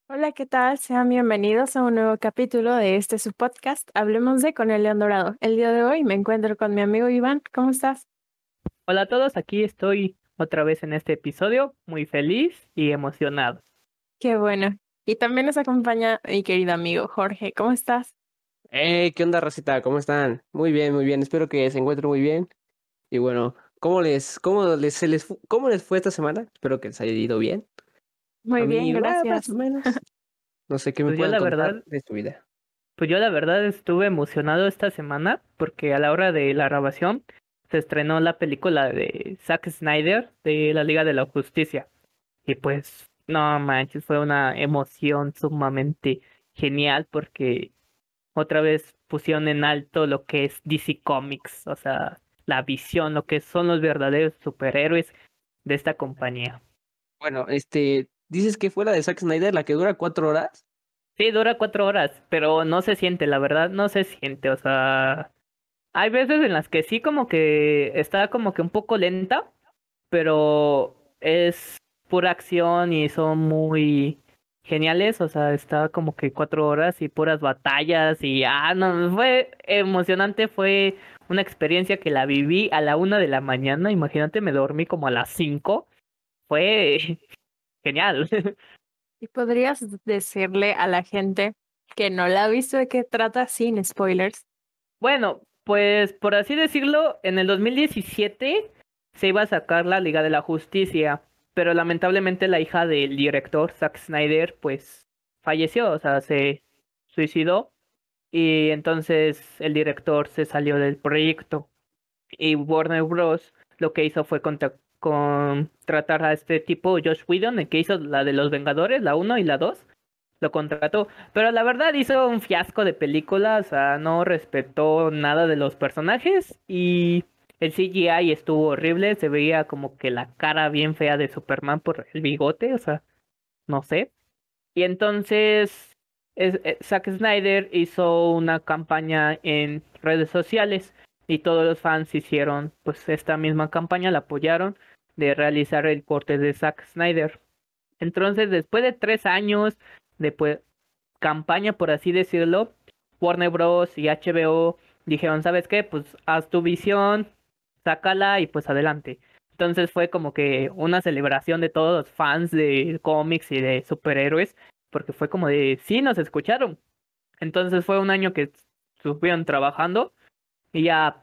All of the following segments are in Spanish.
Hola, ¿qué tal? Sean bienvenidos a un nuevo capítulo de su podcast, Hablemos de con el León Dorado. El día de hoy me encuentro con mi amigo Iván. ¿Cómo estás? Hola a todos, aquí estoy otra vez en este episodio, muy feliz y emocionado. Qué bueno. Y también nos acompaña mi querido amigo Jorge. ¿Cómo estás? Hey, ¿qué onda, racita? ¿Cómo están? Muy bien, muy bien. Espero que se encuentren muy bien. Y bueno, cómo les fue esta semana? Espero que les haya ido bien. Muy A bien, mí, más gracias. o menos. No sé qué me Pues yo puedan la contar verdad, de su vida. pues yo la verdad estuve emocionado esta semana porque a la hora de la grabación se estrenó la película de Zack Snyder de la Liga de la Justicia. Y pues, no manches, fue una emoción sumamente genial porque otra vez pusieron en alto lo que es DC Comics, o sea, la visión, lo que son los verdaderos superhéroes de esta compañía. Bueno, dices que fue la de Zack Snyder, la que dura 4 horas. Sí, dura 4 horas, pero no se siente, la verdad, no se siente, o sea, hay veces en las que sí como que está como que un poco lenta, pero es pura acción y son muy geniales, o sea, está como que 4 horas y puras batallas y, no, fue emocionante, fue una experiencia que la viví a la 1 de la mañana, imagínate, me dormí como a las 5, fue genial. ¿Y podrías decirle a la gente que no la ha visto de qué trata sin spoilers? Bueno, pues por así decirlo, en el 2017 se iba a sacar la Liga de la Justicia, pero lamentablemente la hija del director, Zack Snyder, pues falleció, o sea, se suicidó y entonces el director se salió del proyecto y Warner Bros. Lo que hizo fue contratar a este tipo, Josh Whedon, el que hizo la de los Vengadores, la uno y la 2 lo contrató, pero la verdad hizo un fiasco de película, o sea, no respetó nada de los personajes y el CGI estuvo horrible, se veía como que la cara bien fea de Superman por el bigote, o sea, no sé. Y entonces Zack Snyder hizo una campaña en redes sociales y todos los fans hicieron pues esta misma campaña, la apoyaron de realizar el corte de Zack Snyder. Entonces, después de 3 años de campaña, por así decirlo, Warner Bros. Y HBO dijeron, ¿sabes qué? Pues haz tu visión, sácala y pues adelante. Entonces fue como que una celebración de todos los fans de cómics y de superhéroes, porque fue como de, sí, nos escucharon. Entonces fue un año que estuvieron trabajando y ya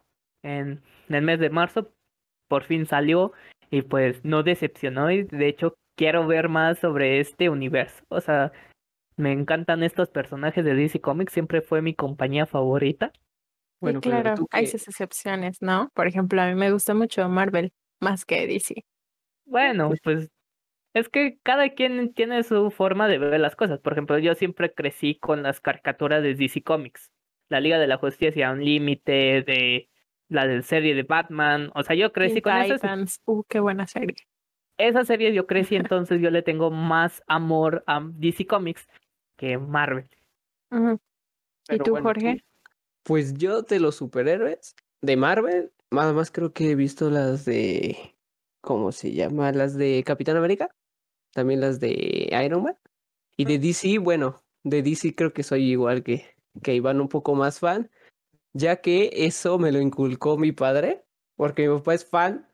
en el mes de marzo por fin salió y pues no decepcionó y de hecho quiero ver más sobre este universo. O sea, me encantan estos personajes de DC Comics, siempre fue mi compañía favorita. Sí, Bueno, pero claro, tú hay que, sus excepciones, ¿no? Por ejemplo, a mí me gusta mucho Marvel más que DC. Bueno, pues, pues es que cada quien tiene su forma de ver las cosas. Por ejemplo, yo siempre crecí con las caricaturas de DC Comics, la Liga de la Justicia Unlimited, de la de serie de Batman. O sea, yo Teen crecí con esas. Titans, qué buena serie. Esa serie yo crecí, entonces yo le tengo más amor a DC Comics que Marvel. Ujú. ¿Y pero tú, bueno, Jorge? pues yo de los superhéroes de Marvel, nada más creo que he visto las de, ¿cómo se llama? Las de Capitán América, también las de Iron Man. Y de DC, bueno, de DC creo que soy igual que Iván, un poco más fan, ya que eso me lo inculcó mi padre, porque mi papá es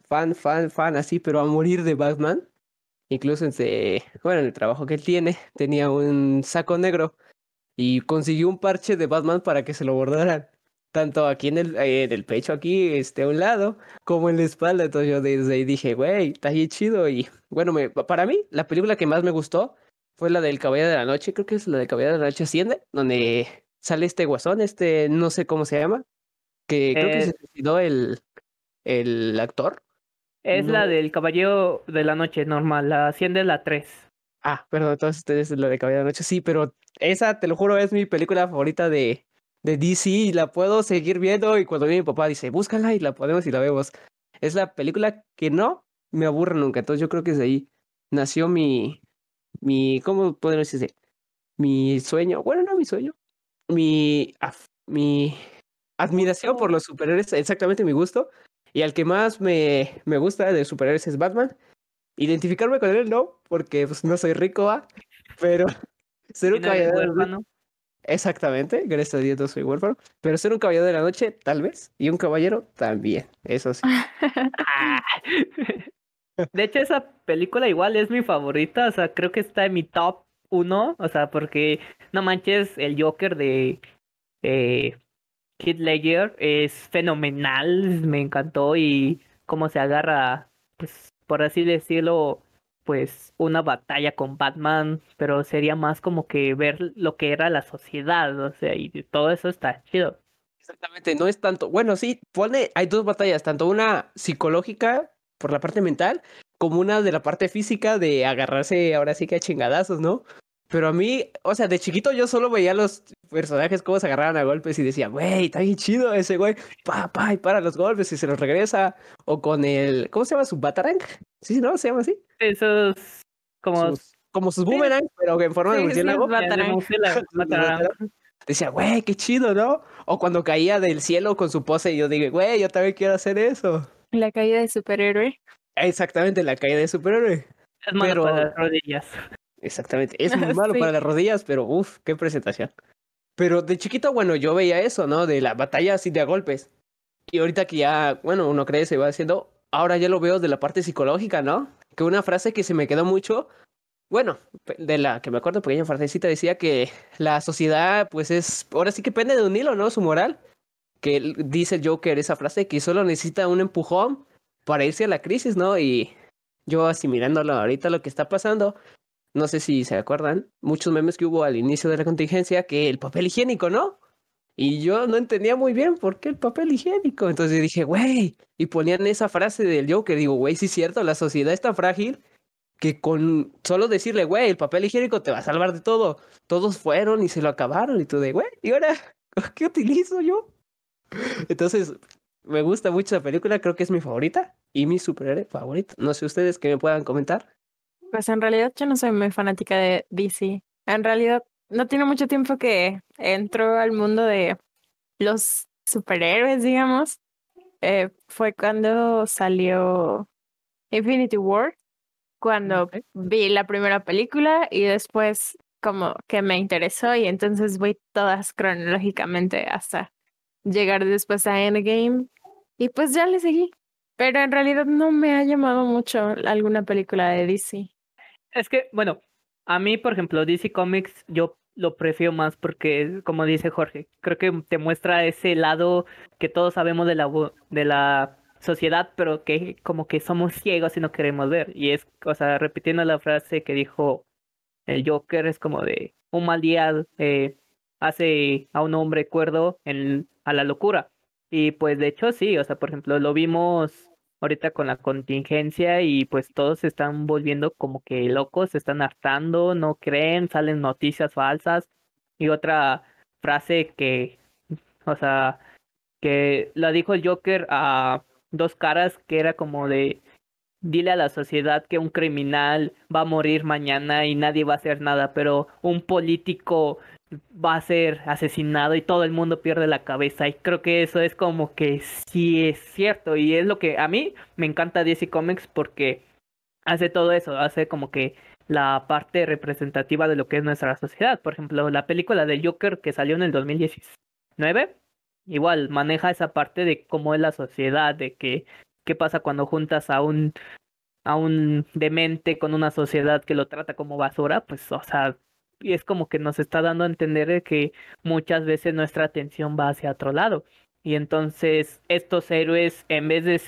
fan, así, pero a morir de Batman. Incluso bueno, en el trabajo que él tiene, tenía un saco negro y consiguió un parche de Batman para que se lo bordaran. Tanto aquí en el pecho, aquí, a un lado, como en la espalda. Entonces yo desde ahí dije, güey, está bien chido. Y bueno, para mí, la película que más me gustó fue la del Caballero de la Noche. Creo que es la del Caballero de la Noche Asciende, donde sale este guasón, no sé cómo se llama, que creo que Eh, se suicidó el actor. es No. la del Caballero de la Noche normal, la 100 de la 3. Perdón, entonces ustedes la de Caballero de la Noche. Sí, pero esa, te lo juro, es mi película favorita de DC y la puedo seguir viendo. Y cuando viene mi papá dice, búscala y la ponemos y la vemos. Es la película que no me aburre nunca. Entonces yo creo que desde ahí nació ¿cómo podemos decir? Mi sueño. Bueno, no mi sueño. Mi admiración por Gusto. los superhéroes, exactamente mi gusto. Y al que más me gusta de superhéroes es Batman. Identificarme con él no, porque pues no soy rico, pero Ser Y un no eres caballero de la noche, huérfano. exactamente, gracias a Dios no soy huérfano, pero ser un caballero de la noche, tal vez, y un caballero también, eso sí. Ah. De hecho, esa película igual es mi favorita, o sea, creo que está en mi top uno, o sea, porque no manches, el Joker de eh, Heath Ledger es fenomenal, me encantó y cómo se agarra, pues, por así decirlo, pues, una batalla con Batman, pero sería más como que ver lo que era la sociedad, o sea, y todo eso está chido. Exactamente, no es tanto, bueno, sí, hay dos batallas, tanto una psicológica por la parte mental, como una de la parte física de agarrarse ahora sí que a chingadazos, ¿no? Pero a mí, o sea, de chiquito yo solo veía los personajes cómo se agarraban a golpes y decía, güey, está bien chido ese güey, y para los golpes y se los regresa. O con el, ¿cómo se llama? ¿Su Batarang? Sí, ¿no? ¿Se llama así? Esos, como, Como sus sí, boomerang, pero en forma de Sí, sí, es murciélago. de Batarang. murciélago, Batarang. Decía, güey, qué chido, ¿no? O cuando caía del cielo con su pose, y yo dije, güey, yo también quiero hacer eso. La caída de superhéroe. Exactamente, la caída de superhéroe. Es malo para Pero, las rodillas. exactamente, es muy malo para Sí. las rodillas, pero uff, qué presentación. Pero de chiquito, bueno, yo veía eso, ¿no? De la batalla así de a golpes. Y ahorita que ya, bueno, uno cree, se va haciendo, ahora ya lo veo de la parte psicológica, ¿no? Que una frase que se me quedó mucho, bueno, de la que me acuerdo, pequeña frasecita, decía que la sociedad, pues es, ahora sí que pende de un hilo, ¿no? Su moral. Que dice el Joker esa frase que solo necesita un empujón para irse a la crisis, ¿no? Y yo asimilándolo ahorita lo que está pasando, no sé si se acuerdan, muchos memes que hubo al inicio de la contingencia, que el papel higiénico, ¿no? Y yo no entendía muy bien por qué el papel higiénico. Entonces dije, güey, y ponían esa frase del Joker, digo, güey, sí es cierto, la sociedad es tan frágil que con solo decirle, güey, el papel higiénico te va a salvar de todo. Todos fueron y se lo acabaron y tú de, güey, ¿y ahora qué utilizo yo? Entonces, me gusta mucho la película, creo que es mi favorita y mi superhéroe favorito. No sé ustedes que me puedan comentar. Pues en realidad yo no soy muy fanática de DC. En realidad no tiene mucho tiempo que entró al mundo de los superhéroes, digamos. Fue cuando salió Infinity War, cuando Ok. vi la primera película y después como que me interesó y entonces voy todas cronológicamente hasta llegar después a Endgame y pues ya le seguí. Pero en realidad no me ha llamado mucho alguna película de DC. Es que, bueno, a mí, por ejemplo, DC Comics, yo lo prefiero más porque, como dice Jorge, creo que te muestra ese lado que todos sabemos de de la sociedad, pero que como que somos ciegos y no queremos ver. Y es, o sea, repitiendo la frase que dijo el Joker, es como de un mal día hace a un hombre cuerdo a la locura. Y pues de hecho sí, o sea, por ejemplo, lo vimos ahorita con la contingencia y pues todos se están volviendo como que locos, se están hartando, no creen, salen noticias falsas. Y otra frase que, o sea, que la dijo el Joker a dos caras, que era como de dile a la sociedad que un criminal va a morir mañana y nadie va a hacer nada, pero un político va a ser asesinado y todo el mundo pierde la cabeza. Y creo que eso es como que sí es cierto. Y es lo que a mí me encanta DC Comics porque hace todo eso, hace como que la parte representativa de lo que es nuestra sociedad. Por ejemplo, la película del Joker que salió en el 2019, igual maneja esa parte de cómo es la sociedad, de que qué pasa cuando juntas a un demente con una sociedad que lo trata como basura, pues, o sea, y es como que nos está dando a entender de que muchas veces nuestra atención va hacia otro lado. Y entonces estos héroes, en vez de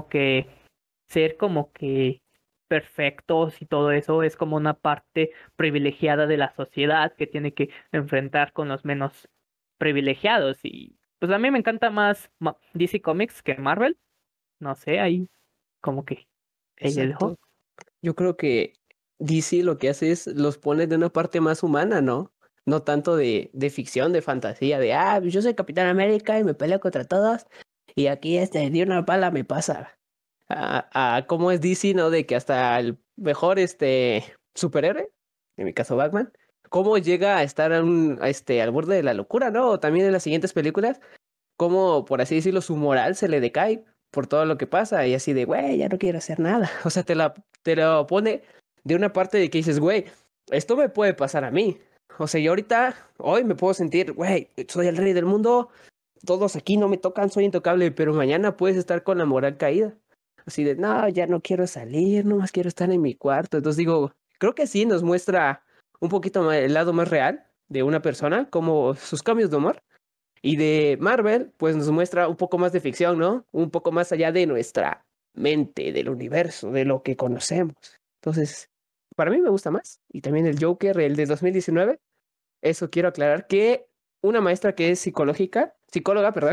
ser como que perfectos y todo eso, es como una parte privilegiada de la sociedad que tiene que enfrentar con los menos privilegiados. Y pues a mí me encanta más DC Comics que Marvel. No sé, ahí como que ahí le dejo. Exacto. Yo creo que DC lo que hace es los pone de una parte más humana, ¿no? No tanto de ficción, de fantasía, de, pues yo soy Capitán América y me peleo contra todos y aquí de una bala me pasa. A cómo es DC, ¿no? De que hasta el mejor superhéroe, en mi caso Batman, cómo llega a estar al borde de la locura, ¿no? O también en las siguientes películas, cómo, por así decirlo, su moral se le decae por todo lo que pasa y así de, güey, ya no quiero hacer nada. O sea, te lo pone de una parte de que dices, güey, esto me puede pasar a mí. O sea, yo ahorita, hoy me puedo sentir, güey, soy el rey del mundo, todos aquí no me tocan, soy intocable, pero mañana puedes estar con la moral caída. Así de, no, ya no quiero salir, nomás quiero estar en mi cuarto. Entonces digo, creo que sí nos muestra un poquito más el lado más real de una persona, como sus cambios de humor. Y de Marvel, pues nos muestra un poco más de ficción, ¿no? Un poco más allá de nuestra mente, del universo, de lo que conocemos. Entonces, para mí me gusta más. Y también el Joker, el de 2019. Eso quiero aclarar que una maestra que es psicóloga, perdón,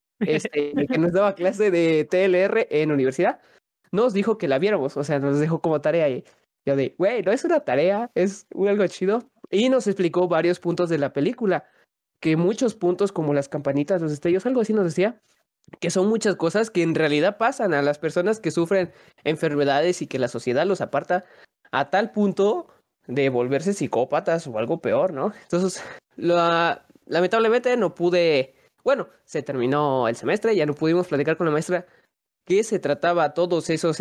que nos daba clase de TLR en universidad, nos dijo que la viéramos, o sea, nos dejó como tarea y yo de, güey, no es una tarea, es algo chido. Y nos explicó varios puntos de la película, que muchos puntos como las campanitas, los destellos, algo así nos decía, que son muchas cosas que en realidad pasan a las personas que sufren enfermedades y que la sociedad los aparta a tal punto de volverse psicópatas o algo peor, ¿no? Entonces, lamentablemente no pude, bueno, se terminó el semestre, ya no pudimos platicar con la maestra qué se trataba todos esos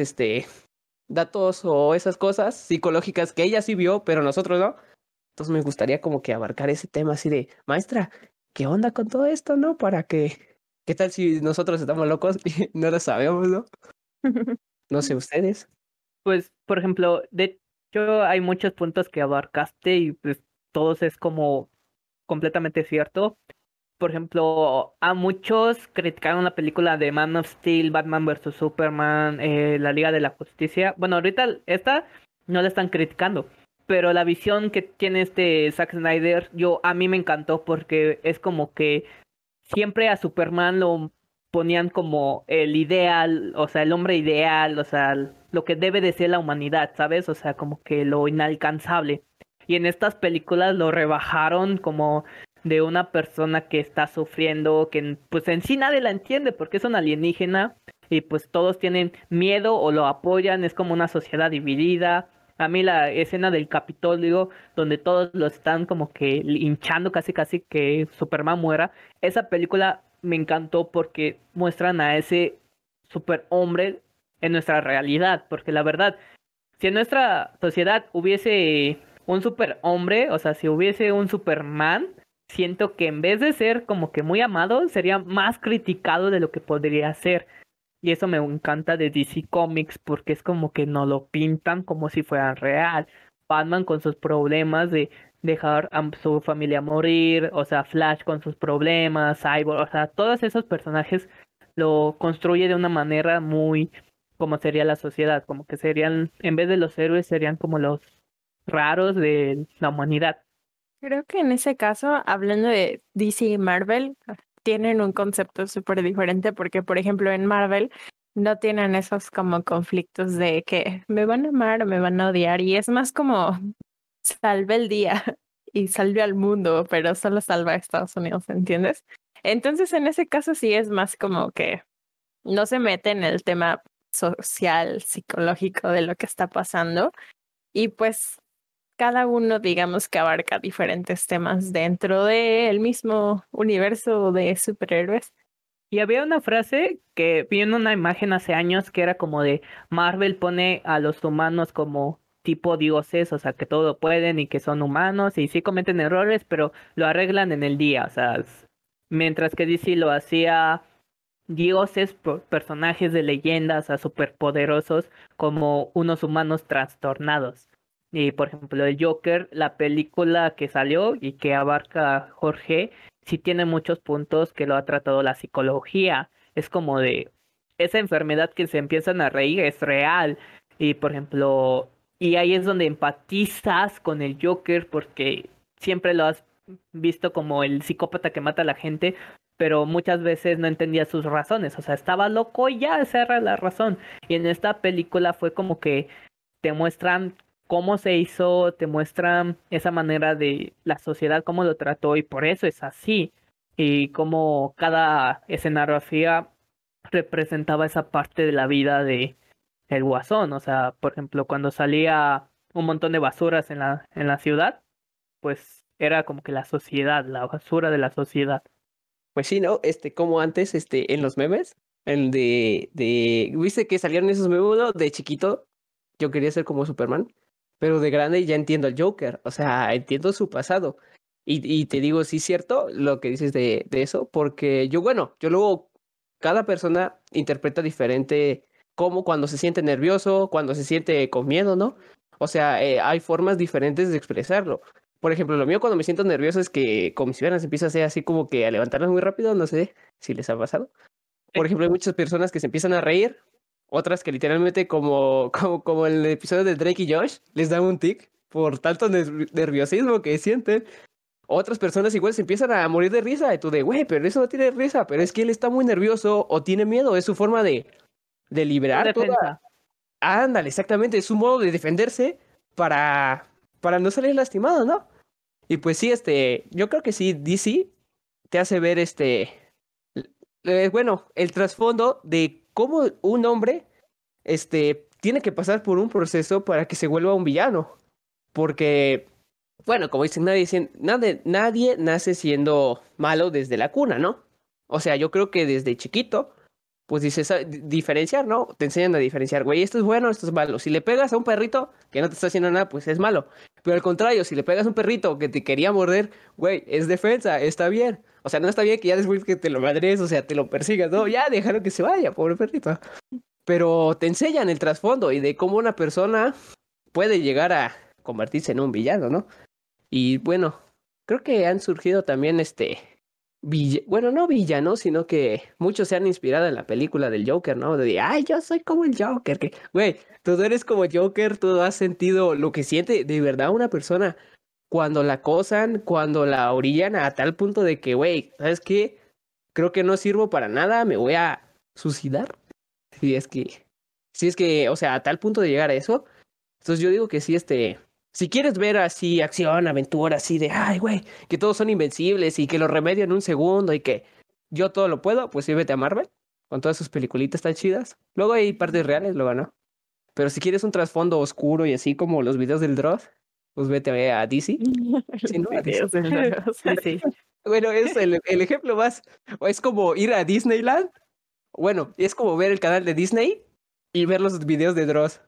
datos o esas cosas psicológicas que ella sí vio, pero nosotros no. Entonces me gustaría como que abarcar ese tema así de, maestra, ¿qué onda con todo esto, no? Para que, ¿qué tal si nosotros estamos locos y no lo sabemos, no? No sé ustedes. Pues, por ejemplo, de hecho hay muchos puntos que abarcaste y pues todos es como completamente cierto. Por ejemplo, a muchos criticaron la película de Man of Steel, Batman vs Superman, la Liga de la Justicia. Bueno, ahorita esta no la están criticando, pero la visión que tiene este Zack Snyder, a mí me encantó porque es como que siempre a Superman lo ponían como el ideal, o sea, el hombre ideal, o sea, lo que debe de ser la humanidad, ¿sabes? O sea, como que lo inalcanzable. Y en estas películas lo rebajaron como de una persona que está sufriendo, que pues en sí nadie la entiende porque es un alienígena y pues todos tienen miedo o lo apoyan, es como una sociedad dividida. A mí la escena del Capitolio, donde todos lo están como que hinchando casi casi que Superman muera, esa película me encantó porque muestran a ese superhombre en nuestra realidad, porque la verdad, si en nuestra sociedad hubiese un superhombre, o sea, si hubiese un Superman, siento que en vez de ser como que muy amado, sería más criticado de lo que podría ser. Y eso me encanta de DC Comics porque es como que no lo pintan como si fuera real. Batman con sus problemas de dejar a su familia morir, o sea, Flash con sus problemas, Cyborg, o sea, todos esos personajes lo construye de una manera muy como sería la sociedad, como que serían, en vez de los héroes, serían como los raros de la humanidad. Creo que en ese caso, hablando de DC y Marvel, tienen un concepto súper diferente porque, por ejemplo, en Marvel no tienen esos como conflictos de que me van a amar o me van a odiar y es más como salve el día y salve al mundo, pero solo salva a Estados Unidos, ¿entiendes? Entonces, en ese caso sí es más como que no se mete en el tema social, psicológico de lo que está pasando y pues cada uno, digamos que abarca diferentes temas dentro del mismo universo de superhéroes. Y había una frase que vi en una imagen hace años que era como de Marvel pone a los humanos como tipo dioses, o sea, que todo pueden y que son humanos y sí cometen errores, pero lo arreglan en el día, o sea, mientras que DC lo hacía dioses, personajes de leyendas, a superpoderosos, como unos humanos trastornados. Y por ejemplo, el Joker, la película que salió y que abarca Jorge, sí tiene muchos puntos que lo ha tratado la psicología. Es como de esa enfermedad que se empiezan a reír es real. Y por ejemplo, y ahí es donde empatizas con el Joker porque siempre lo has visto como el psicópata que mata a la gente, pero muchas veces no entendía sus razones, o sea, estaba loco y ya, esa era la razón. Y en esta película fue como que te muestran cómo se hizo, te muestran esa manera de la sociedad, cómo lo trató y por eso es así. Y cómo cada escenografía representaba esa parte de la vida de el Guasón, o sea, por ejemplo, cuando salía un montón de basuras en la ciudad, pues era como que la sociedad, la basura de la sociedad. Pues sí, ¿no? Como antes, en los memes, el ¿viste que salieron esos memes, ¿no? De chiquito? Yo quería ser como Superman. pero de grande ya entiendo al Joker, o sea, entiendo su pasado. Y te digo, sí es cierto lo que dices de eso, porque yo luego, cada persona interpreta diferente como cuando se siente nervioso, cuando se siente con miedo, ¿no? O sea, hay formas diferentes de expresarlo. Por ejemplo, lo mío cuando me siento nervioso es que con mis piernas empiezo a hacer así como que a levantarlas muy rápido, no sé si les ha pasado. Por ejemplo, hay muchas personas que se empiezan a reír, otras que literalmente como el episodio de Drake y Josh, les da un tic por tanto nerviosismo que sienten. Otras personas igual se empiezan a morir de risa y tú de, güey, pero eso no tiene risa, pero es que él está muy nervioso o tiene miedo, es su forma de liberar toda... Defensa. Ándale, exactamente, es su modo de defenderse para, para no salir lastimado, ¿no? Y pues sí, yo creo que sí, DC te hace ver bueno, el trasfondo de cómo un hombre, tiene que pasar por un proceso para que se vuelva un villano. Porque, bueno, como dicen, nadie nace siendo malo desde la cuna, ¿no? O sea, yo creo que desde chiquito, pues dices, diferenciar, ¿no? Te enseñan a diferenciar, güey, esto es bueno, esto es malo. Si le pegas a un perrito que no te está haciendo nada, pues es malo. Pero al contrario, si le pegas a un perrito que te quería morder, güey, es defensa, está bien. O sea, no está bien que ya después que te lo madres, o sea, te lo persigas, ¿no? Ya, déjalo que se vaya, pobre perrito. Pero te enseñan el trasfondo y de cómo una persona puede llegar a convertirse en un villano, ¿no? Y bueno, creo que han surgido también bueno, no villanos, sino que muchos se han inspirado en la película del Joker, ¿no? De, ay, yo soy como el Joker, que, güey, tú eres como Joker, tú has sentido lo que siente de verdad una persona cuando la acosan, cuando la orillan a tal punto de que, güey, ¿sabes qué? Creo que no sirvo para nada, me voy a suicidar. Si es que, o sea, a tal punto de llegar a eso. Entonces yo digo que sí, si quieres ver así acción, aventura, así de, ay, güey, que todos son invencibles y que lo remedio en un segundo y que yo todo lo puedo, pues sí, vete a Marvel, con todas sus peliculitas tan chidas. Luego hay partes reales, luego no. Pero si quieres un trasfondo oscuro y así como los videos del Dross, pues vete a DC. Sí, Los ¿no? A DC. videos del Dross. Sí, sí. Bueno, es el ejemplo más, o es como ir a Disneyland. Bueno, es como ver el canal de Disney y ver los videos de Dross.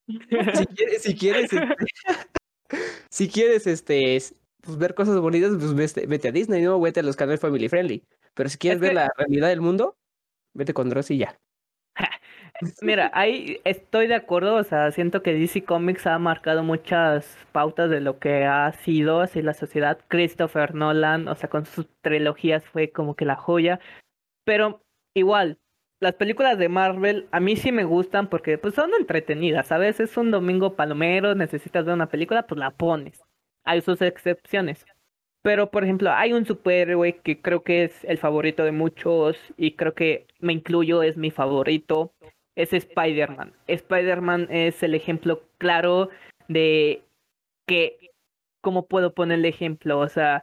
Si quieres, pues ver cosas bonitas, pues vete a Disney, ¿no? Vete a los canales family friendly. Pero si quieres Es ver que, la realidad del mundo, vete con Dross y ya. mira, ahí estoy de acuerdo, o sea, siento que DC Comics ha marcado muchas pautas de lo que ha sido así la sociedad. Christopher Nolan, o sea, con sus trilogías fue como que la joya, pero igual, las películas de Marvel a mí sí me gustan porque pues son entretenidas, a veces es un domingo palomero, necesitas ver una película, pues la pones. Hay sus excepciones. Pero, por ejemplo, hay un superhéroe que creo que es el favorito de muchos y creo que me incluyo, es mi favorito. Es Spider-Man. Spider-Man es el ejemplo claro de que, ¿cómo puedo poner el ejemplo? O sea,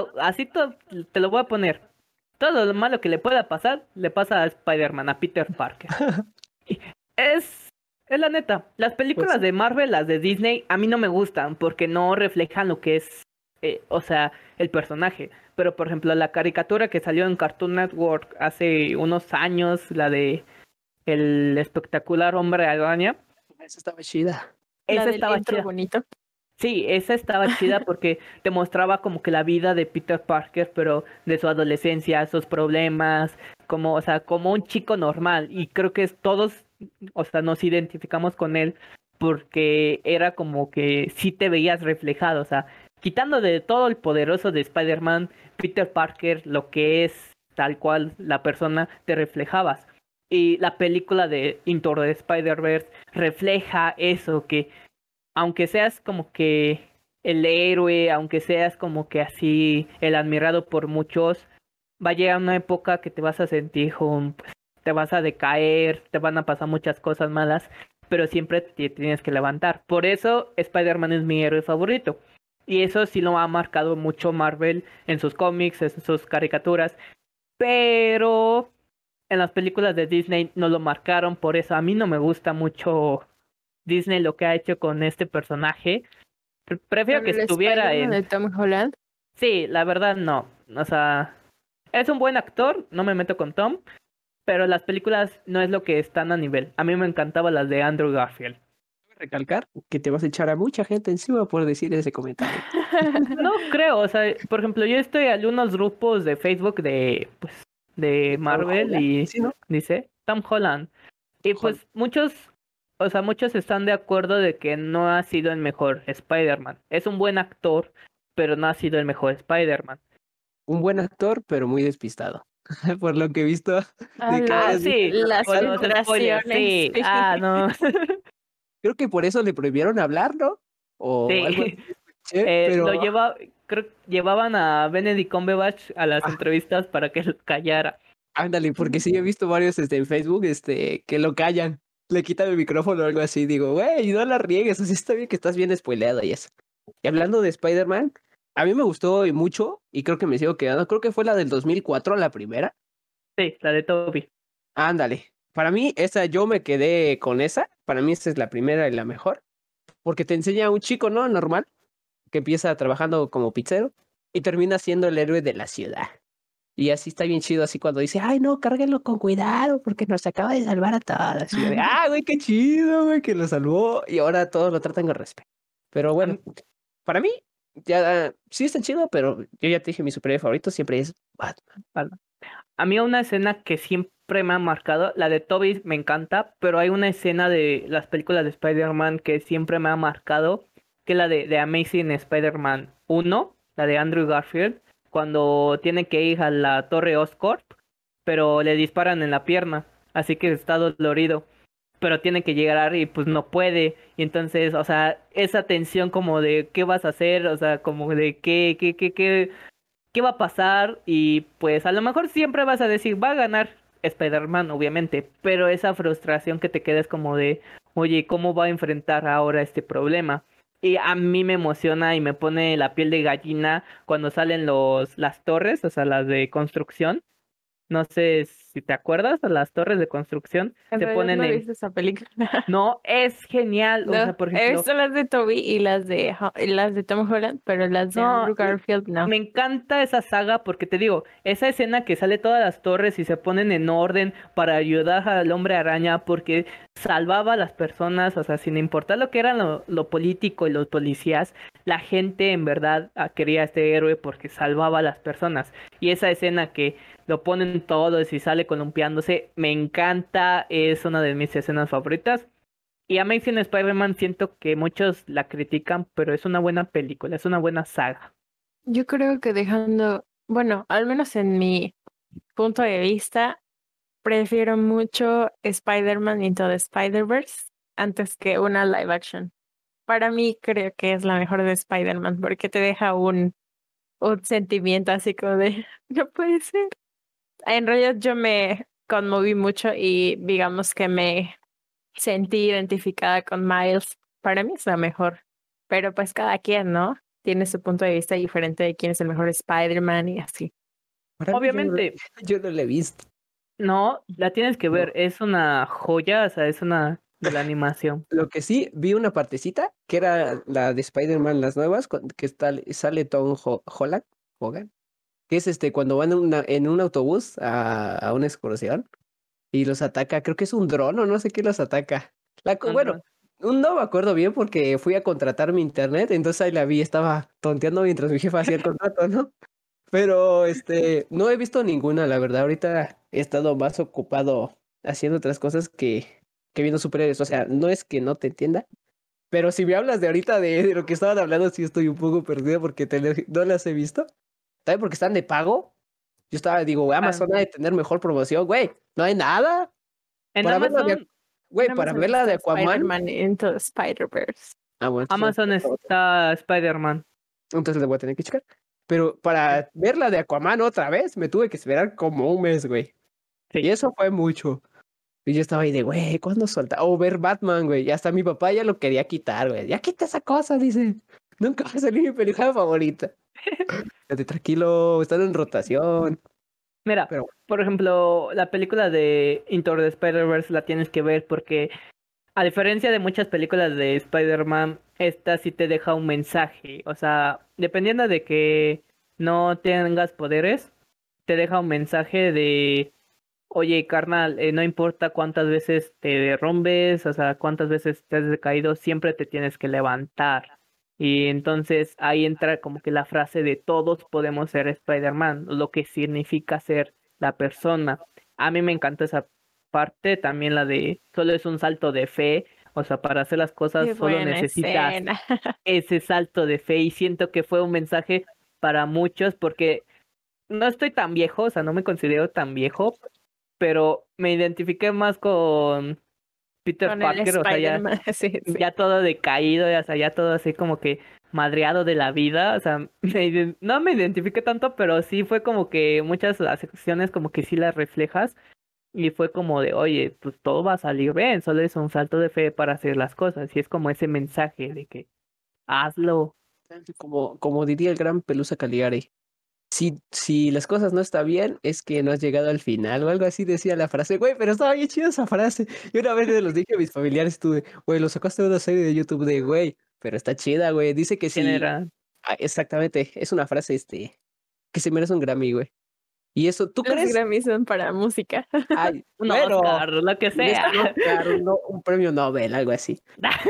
te lo voy a poner. Todo lo malo que le pueda pasar, le pasa a Spider-Man, a Peter Parker. Y es la neta. Las Pues películas sí. de Marvel, las de Disney, a mí no me gustan porque no reflejan lo que es, o sea, el personaje. Pero, por ejemplo, la caricatura que salió en Cartoon Network hace unos años, la de El espectacular hombre araña, Esa estaba chida. La esa del estaba intro chida. bonito. Sí, esa estaba chida porque te mostraba como que la vida de Peter Parker, pero de su adolescencia, sus problemas, como, o sea, como un chico normal. Y creo que todos, o sea, nos identificamos con él porque era como que sí te veías reflejado, o sea, quitando de todo el poderoso de Spider-Man, Peter Parker, lo que es tal cual la persona, te reflejabas. Y la película de Into the Spider-Verse refleja eso, que aunque seas como que el héroe, aunque seas como que así el admirado por muchos, va a llegar una época que te vas a sentir, pues, te vas a decaer, te van a pasar muchas cosas malas, pero siempre te tienes que levantar. Por eso Spider-Man es mi héroe favorito. Y eso sí lo ha marcado mucho Marvel en sus cómics, en sus caricaturas, pero en las películas de Disney no lo marcaron, por eso a mí no me gusta mucho Disney lo que ha hecho con este personaje. Prefiero Con que el estuviera Spider-Man en... de Tom Holland. Sí, la verdad no. O sea, es un buen actor, no me meto con Tom, pero las películas no es lo que están a nivel. A mí me encantaban las de Andrew Garfield. recalcar que te vas a echar a mucha gente encima por decir ese comentario. No creo, o sea, por ejemplo, yo estoy en algunos grupos de Facebook de, pues, de Tom Marvel Holland, y ¿sí, no? dice Tom Holland. Y Holland. pues muchos, o sea, muchos están de acuerdo de que no ha sido el mejor Spider-Man. Es un buen actor, pero no ha sido el mejor Spider-Man. Un buen actor, pero muy despistado. Por lo que he visto Ah, de que Ah, varias veces sí, las con los spoilers, filtraciones, sí. sí. Ah, no. creo que por eso le prohibieron hablar, ¿no? O algo Sí. así escuché, pero Creo que llevaban a Benedict Cumberbatch a las ah, entrevistas para que lo callara. ándale, porque sí he visto varios en Facebook que lo callan, le quitan el micrófono o algo así. Digo, güey, no la riegues, o sea, está bien que estás bien spoileado y eso. Y hablando de Spider-Man, a mí me gustó y mucho y creo que me sigo quedando. Creo que fue la del 2004, la primera. Sí, la de Toby. Ándale. Para mí, esa yo me quedé con esa. Para mí, esa es la primera y la mejor. Porque te enseña a un chico, ¿no? Normal, que empieza trabajando como pizzero y termina siendo el héroe de la ciudad. Y así está bien chido, así cuando dice, ay, no, cárguenlo con cuidado porque nos acaba de salvar a todas. Y yo de, ah, güey, qué chido, güey, que lo salvó. Y ahora todos lo tratan con respeto. Pero A bueno, mí- para mí, ya sí está chido, pero yo ya te dije, mi superhéroe favorito siempre es Batman. A mí una escena que siempre me ha marcado, la de Toby me encanta, pero hay una escena de las películas de Spider-Man que siempre me ha marcado, que es la de Amazing Spider-Man 1, la de Andrew Garfield, cuando tiene que ir a la Torre Oscorp, pero le disparan en la pierna, así que está dolorido, pero tiene que llegar y pues no puede, y entonces, o sea, esa tensión como de qué vas a hacer, o sea, como de qué va a pasar y pues a lo mejor siempre vas a decir, va a ganar Spider-Man, obviamente, pero esa frustración que te queda es como de, oye, ¿cómo va a enfrentar ahora este problema? Y a mí me emociona y me pone la piel de gallina cuando salen las torres, o sea, las de construcción. No sé si te acuerdas, las torres de construcción En se realidad ponen no he en... visto esa película. No, es genial, o No, sea, por he ejemplo, visto las de Toby y las de Tom Holland, pero las de no, Andrew Garfield no. me encanta esa saga porque te digo, esa escena que sale todas las torres y se ponen en orden para ayudar al hombre araña porque salvaba a las personas, o sea, sin importar lo que era lo político y los policías, la gente en verdad quería a este héroe porque salvaba a las personas. Y esa escena que lo ponen todos y sale columpiándose, me encanta, es una de mis escenas favoritas. Y Amazing Spider-Man siento que muchos la critican, pero es una buena película, es una buena saga. Yo creo que dejando, bueno, al menos en mi punto de vista, prefiero mucho Spider-Man Into the Spider-Verse antes que una live action. Para mí creo que es la mejor de Spider-Man porque te deja un sentimiento así como de, no puede ser. En realidad yo me conmoví mucho y digamos que me sentí identificada con Miles. Para mí es la mejor, pero pues cada quien, ¿no? Tiene su punto de vista diferente de quién es el mejor Spider-Man y así. Para mí, Obviamente, yo no lo he visto. no, la tienes que No. ver, es una joya, o sea, es una de la animación. Lo que sí, vi una partecita que era la de Spider-Man, las nuevas, que sale Tom Holland, Hogan, que es cuando van en un autobús a una excursión y los ataca, creo que es un dron o no sé qué los ataca. Bueno, Andro- no me acuerdo bien porque fui a contratar mi internet, entonces ahí la vi, estaba tonteando mientras mi jefa hacía el contrato, ¿no? Pero no he visto ninguna, la verdad. Ahorita he estado más ocupado haciendo otras cosas que viendo superhéroes. O sea, no es que no te entienda, pero si me hablas de ahorita de lo que estaban hablando, sí estoy un poco perdido porque no las he visto. También porque están de pago. Yo digo, ah, Amazon ha de tener mejor promoción, güey. No hay nada. En Para verla de, Amazon, güey, En para Amazon verla de está Aquaman. Spider-Man Into the Spider-Verse. Ah, bueno, Amazon está Spider-Man. entonces le voy a tener que checar. Pero para verla de Aquaman otra vez, me tuve que esperar como un mes, güey. Y Sí. eso fue mucho. Y yo estaba ahí de, güey, ¿cuándo suelta? O ver Batman, güey. Y hasta mi papá ya lo quería quitar, güey. Ya quita esa cosa, dice. Nunca va a salir mi película favorita. Quédate tranquilo, están en rotación. Mira, Pero por ejemplo, la película de Into the Spider-Verse la tienes que ver porque a diferencia de muchas películas de Spider-Man, esta sí te deja un mensaje. O sea, dependiendo de que no tengas poderes, te deja un mensaje oye, carnal, no importa cuántas veces te derrumbes, o sea, cuántas veces te has decaído, siempre te tienes que levantar. Y entonces ahí entra como que la frase de todos podemos ser Spider-Man, lo que significa ser la persona. A mí me encanta esa parte, también la de solo es un salto de fe, o sea, para hacer las cosas Qué solo buena necesitas escena. ese salto de fe y siento que fue un mensaje para muchos porque no estoy tan viejo, o sea, no me considero tan viejo, pero me identifiqué más con Peter Con el Parker, o sea, Spider-Man, sí, sí. ya todo decaído, o sea, ya todo así como que madreado de la vida, o sea, no me identifiqué tanto, pero sí fue como que muchas de las secciones como que sí las reflejas y fue como de, oye, pues todo va a salir bien, solo es un salto de fe para hacer las cosas y es como ese mensaje de que hazlo. Como diría el gran Pelusa Caligari, si las cosas no están bien, es que no has llegado al final o algo así decía la frase, güey, pero estaba bien chida esa frase. Y una vez les los dije a mis familiares, tuve, güey, lo sacaste de una serie de YouTube de, güey, pero está chida, güey. Dice que ¿Quién sí, era? exactamente, es una frase, que se merece un Grammy, güey. Y eso, ¿tú Los crees? Grammys son para música. Ay, Un bueno, Oscar, lo que es sea. un Oscar, un premio Nobel, algo así.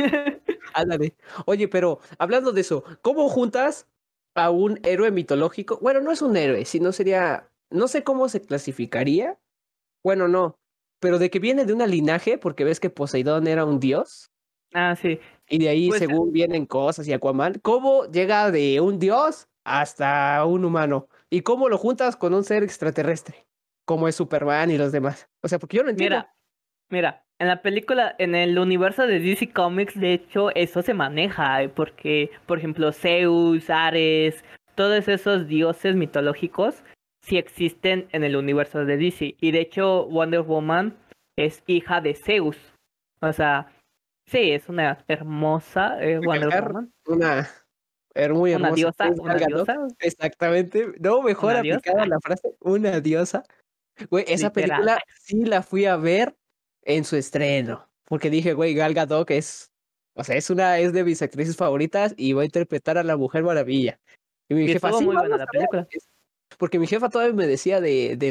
Ándale. Oye, pero hablando de eso, ¿cómo juntas a un héroe mitológico? Bueno, no es un héroe, sino sería, no sé cómo se clasificaría. Bueno, no, pero de que viene de un linaje, porque ves que Poseidón era un dios, Ah, sí. y de ahí Pues según vienen cosas y Aquaman, ¿cómo llega de un dios hasta un humano? ¿Y cómo lo juntas con un ser extraterrestre, como es Superman y los demás? O sea, porque yo no entiendo. mira, mira, en la película, en el universo de DC Comics, de hecho, eso se maneja, porque, por ejemplo, Zeus, Ares, todos esos dioses mitológicos sí existen en el universo de DC. Y de hecho, Wonder Woman es hija de Zeus. O sea, sí, es una hermosa Wonder Recalcar Woman. una muy Una hermosa diosa, actriz, Gal una Gadot. diosa, Exactamente. No, mejor una diosa, aplicada la frase, una diosa. Güey, esa literal. película sí la fui a ver en su estreno, porque dije, güey, Gal Gadot es, o sea, es de mis actrices favoritas y va a interpretar a la Mujer Maravilla. Y mi Y jefa, estuvo sí, muy buena vamos la a ver. película. Porque mi jefa todavía me decía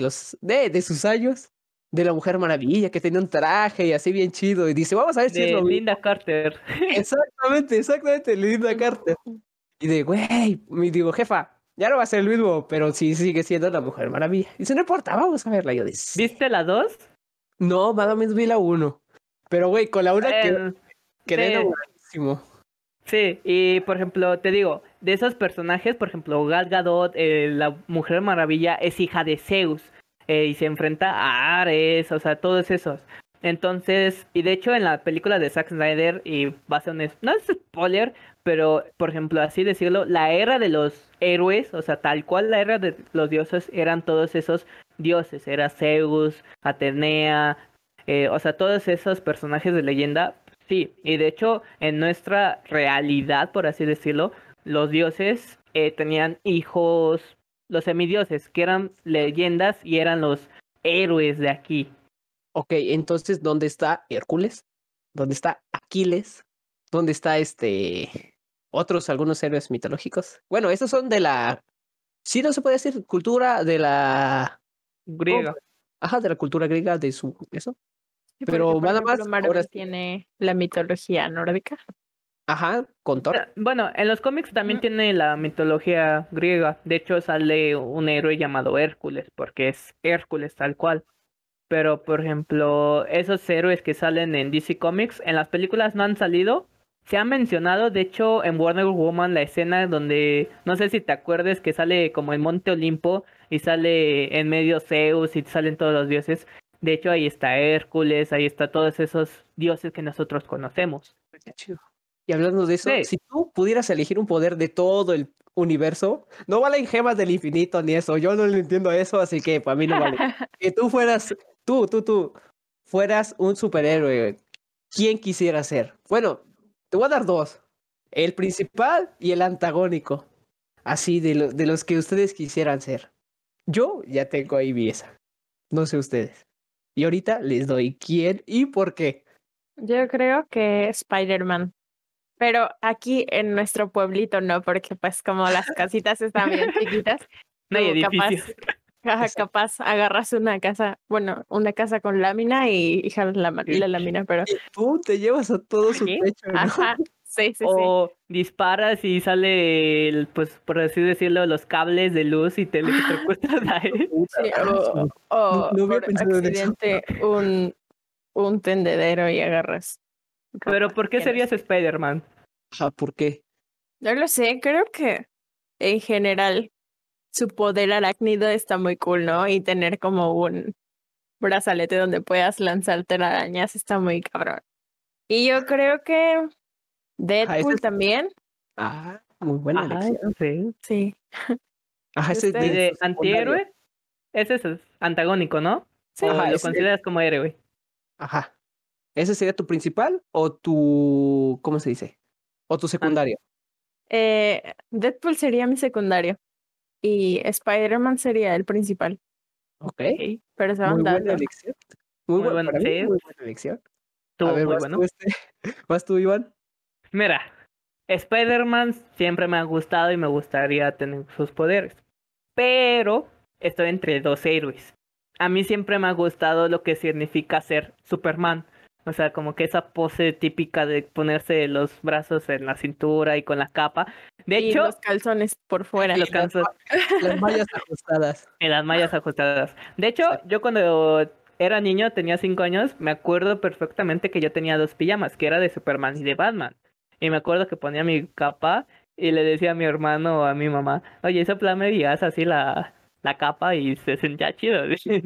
de sus años, de la Mujer Maravilla, que tenía un traje y así bien chido. Y dice, vamos a ver si es De lo mismo. Linda Carter. Exactamente, Linda Carter. Y de, güey, me digo, jefa, ya no va a ser el mismo, pero sí sigue siendo la Mujer Maravilla. Dice, no importa, vamos a verla. Yo dice, ¿Viste la 2? no, más o menos vi la uno. Pero, güey, con la una Bueno, quedé sí, enamoradísimo. sí, y por ejemplo, te digo, de esos personajes, por ejemplo, Gal Gadot, la Mujer Maravilla, es hija de Zeus, y se enfrenta a Ares, o sea, todos esos. Entonces, y de hecho en la película de Zack Snyder, y va a ser no es spoiler, pero por ejemplo, así decirlo, la era de los héroes, o sea, tal cual la era de los dioses, eran todos esos dioses, era Zeus, Atenea, o sea, todos esos personajes de leyenda. Sí, y de hecho, en nuestra realidad, por así decirlo, los dioses tenían hijos, los semidioses, que eran leyendas y eran los héroes de aquí. Ok, entonces, ¿dónde está Hércules? ¿Dónde está Aquiles? ¿Dónde está algunos héroes mitológicos? Bueno, esos son de la, sí, no se puede decir cultura de la, ¿cómo? Griega. Ajá, de la cultura griega, de su, eso. Sí, porque, Pero por nada ejemplo, más, ahora Marvel sí, tiene la mitología nórdica. ajá, con Thor. Bueno, en los cómics también Ujú. tiene la mitología griega. De hecho, sale un héroe llamado Hércules, porque es Hércules tal cual. Pero, por ejemplo, esos héroes que salen en DC Comics, en las películas no han salido. Se ha mencionado, de hecho, en Wonder Woman la escena donde, no sé si te acuerdes, que sale como el Monte Olimpo y sale en medio Zeus y salen todos los dioses. De hecho, ahí está Hércules, ahí está todos esos dioses que nosotros conocemos. Qué chido. Y hablando de eso, Sí, si tú pudieras elegir un poder de todo el universo, no valen gemas del infinito ni eso. Yo no le entiendo eso, así que para mí no vale. Que tú fueras, tú, fueras un superhéroe, ¿quién quisiera ser? Bueno, te voy a dar dos. El principal y el antagónico. Así de los que ustedes quisieran ser. Yo ya tengo ahí mi esa. No sé ustedes. Y ahorita les doy quién y por qué. Yo creo que Spider-Man. Pero aquí en nuestro pueblito no, porque pues como las casitas están bien chiquitas, no hay tú capaz, edificios. Ajá, Exacto. capaz agarras una casa, bueno, una casa con lámina y jalas Sí. la lámina, pero Y pum, te llevas a todo su ¿Sí? techo, ¿no? ajá, sí, sí, sí. O disparas y sale, pues por así decirlo, los cables de luz y te electrocutas a él. Puta, Sí, sí. No, o no había por pensado en eso. accidente un tendedero y agarras Pero ropa. ¿por qué Ya no serías sé. Spider-Man? Ajá, ¿por qué? No lo sé, creo que en general su poder arácnido está muy cool, ¿no? Y tener como un brazalete donde puedas lanzar telarañas está muy cabrón. Y yo creo que Ajá, ese Deadpool es... también, Muy buena Ajá, elección. sí. sí. Ajá, ¿Y ese es ¿Y de ustedes? su de secundario. antihéroe? Ese es antagónico, ¿no? Sí. ¿O Ajá, lo ese, consideras como héroe? ajá. ¿Ese sería tu principal o tu, ¿cómo se dice? O tu An- secundario. Deadpool sería mi secundario y Spider-Man sería el principal, Ok, pero se van muy buena dando. elección. Muy Muy buena, bueno, para mí, sí, muy buena elección. A estuvo ver, muy bueno. vas tú, Iván. Mira, Spider-Man siempre me ha gustado y me gustaría tener sus poderes. Pero estoy entre dos héroes. A mí siempre me ha gustado lo que significa ser Superman. O sea, como que esa pose típica de ponerse los brazos en la cintura y con la capa. De Y los hecho, calzones por fuera. Y los cansos las mallas ajustadas. en las mallas ajustadas. De hecho, Exacto. yo cuando era niño, tenía 5 años, me acuerdo perfectamente que yo tenía dos pijamas, que era de Superman y de Batman. Y me acuerdo que ponía mi capa y le decía a mi hermano o a mi mamá, oye, me días así la capa y se sentía chido.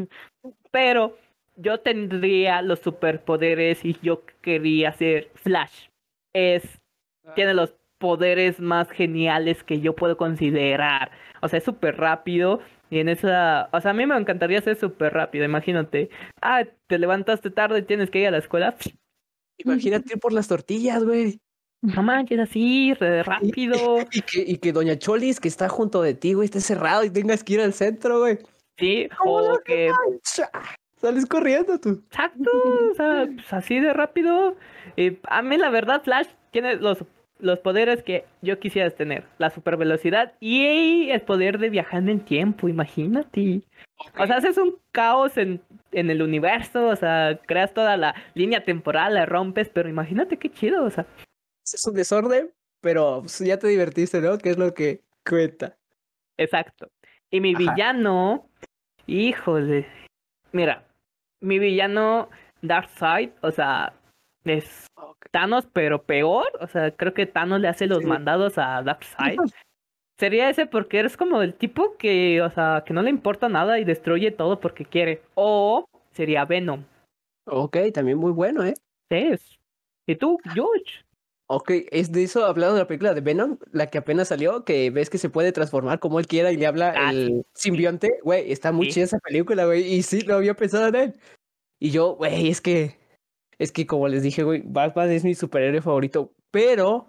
Pero yo tendría los superpoderes y yo quería ser Flash. Es, tiene los poderes más geniales que yo puedo considerar. O sea, es súper rápido y en esa... O sea, a mí me encantaría ser súper rápido, imagínate. Ah, te levantaste tarde y tienes que ir a la escuela. Imagínate ir por las tortillas, güey. No manches, así, re Y, rápido. y que Doña Cholis, que está junto de ti, güey, esté cerrado y tengas que ir al centro, güey. Sí, ¿Cómo no? o que... Sales corriendo tú. Exacto, o sea, pues así de rápido. Y a mí la verdad, Flash tiene los poderes que yo quisiera tener. La super velocidad y el poder de viajar en el tiempo, imagínate. Ok. O sea, haces un caos en el universo, o sea, creas toda la línea temporal, la rompes, pero imagínate qué chido, o sea, Es un desorden, pero pues, ya te divertiste, ¿no? Que es lo que cuenta. exacto. Y mi Ajá. villano, híjole, mira, mi villano Darkseid, o sea, es Ok. Thanos, pero peor. O sea, creo que Thanos le hace los Sí. mandados a Darkseid. Sería ese porque eres como el tipo que, o sea, que no le importa nada y destruye todo porque quiere. O sería Venom. Ok, también muy bueno, ¿eh? ¿Sí? ¿Y tú, George? Ok, es de eso hablando de la película de Venom, la que apenas salió, que ves que se puede transformar como él quiera y le habla Ah, sí, el simbionte, güey, está muy sí. chida esa película, güey, y sí, no había pensado en él. Y yo, güey, es que como les dije, güey, Batman es mi superhéroe favorito, pero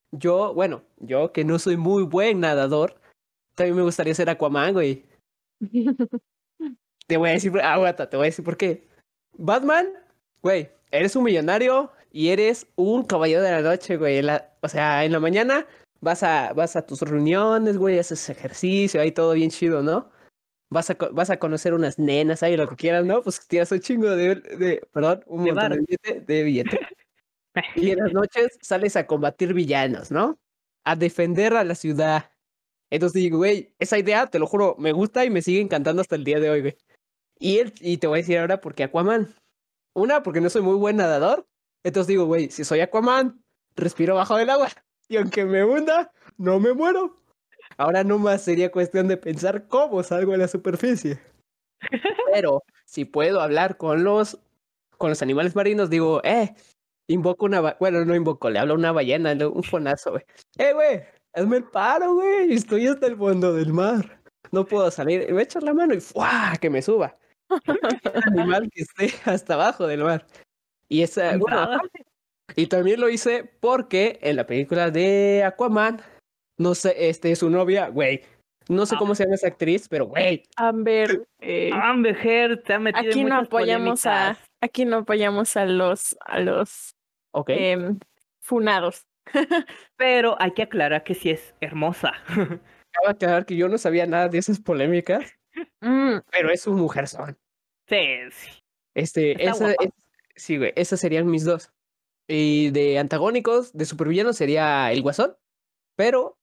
yo que no soy muy buen nadador, también me gustaría ser Aquaman, güey. Te voy a decir, aguanta, te voy a decir por qué. Batman, güey, eres un millonario y eres un caballero de la noche, güey. O sea, en la mañana vas a tus reuniones, güey, haces ejercicio, ahí todo bien chido, ¿no? Vas a conocer unas nenas ahí, lo que quieras, ¿no? Pues tiras un chingo perdón, un De montón bar. de billete. Y en las noches sales a combatir villanos, ¿no? A defender a la ciudad. Entonces digo, güey, esa idea, te lo juro, me gusta y me sigue encantando hasta el día de hoy, güey. Y te voy a decir ahora por qué Aquaman. Una, porque no soy muy buen nadador. Entonces digo, güey, si soy Aquaman, respiro bajo el agua. Y aunque me hunda, no me muero. Ahora nomás sería cuestión de pensar cómo salgo a la superficie. Pero si puedo hablar con los animales marinos, digo, invoco bueno, no invoco, le hablo a una ballena, un fonazo, güey. Güey, hazme el paro, güey. Estoy hasta el fondo del mar. No puedo salir. Me echas la mano y ¡fua! Que me suba. Animal que esté hasta abajo del mar. Y esa, bueno, Nada. y también lo hice porque en la película de Aquaman, no sé, su novia, güey, no sé Ah, cómo se llama esa actriz, pero güey, Amber, Amber Heard te ha metido en muchas polémicas. aquí no apoyamos a los ok, em, funados. Pero hay que aclarar que sí es hermosa. acaba de aclarar que yo no sabía nada de esas polémicas. pero es un mujerzón. Sí, sí. Está guapa. Sí, güey, esas serían mis dos. Y de antagónicos, de supervillanos sería el Guasón, pero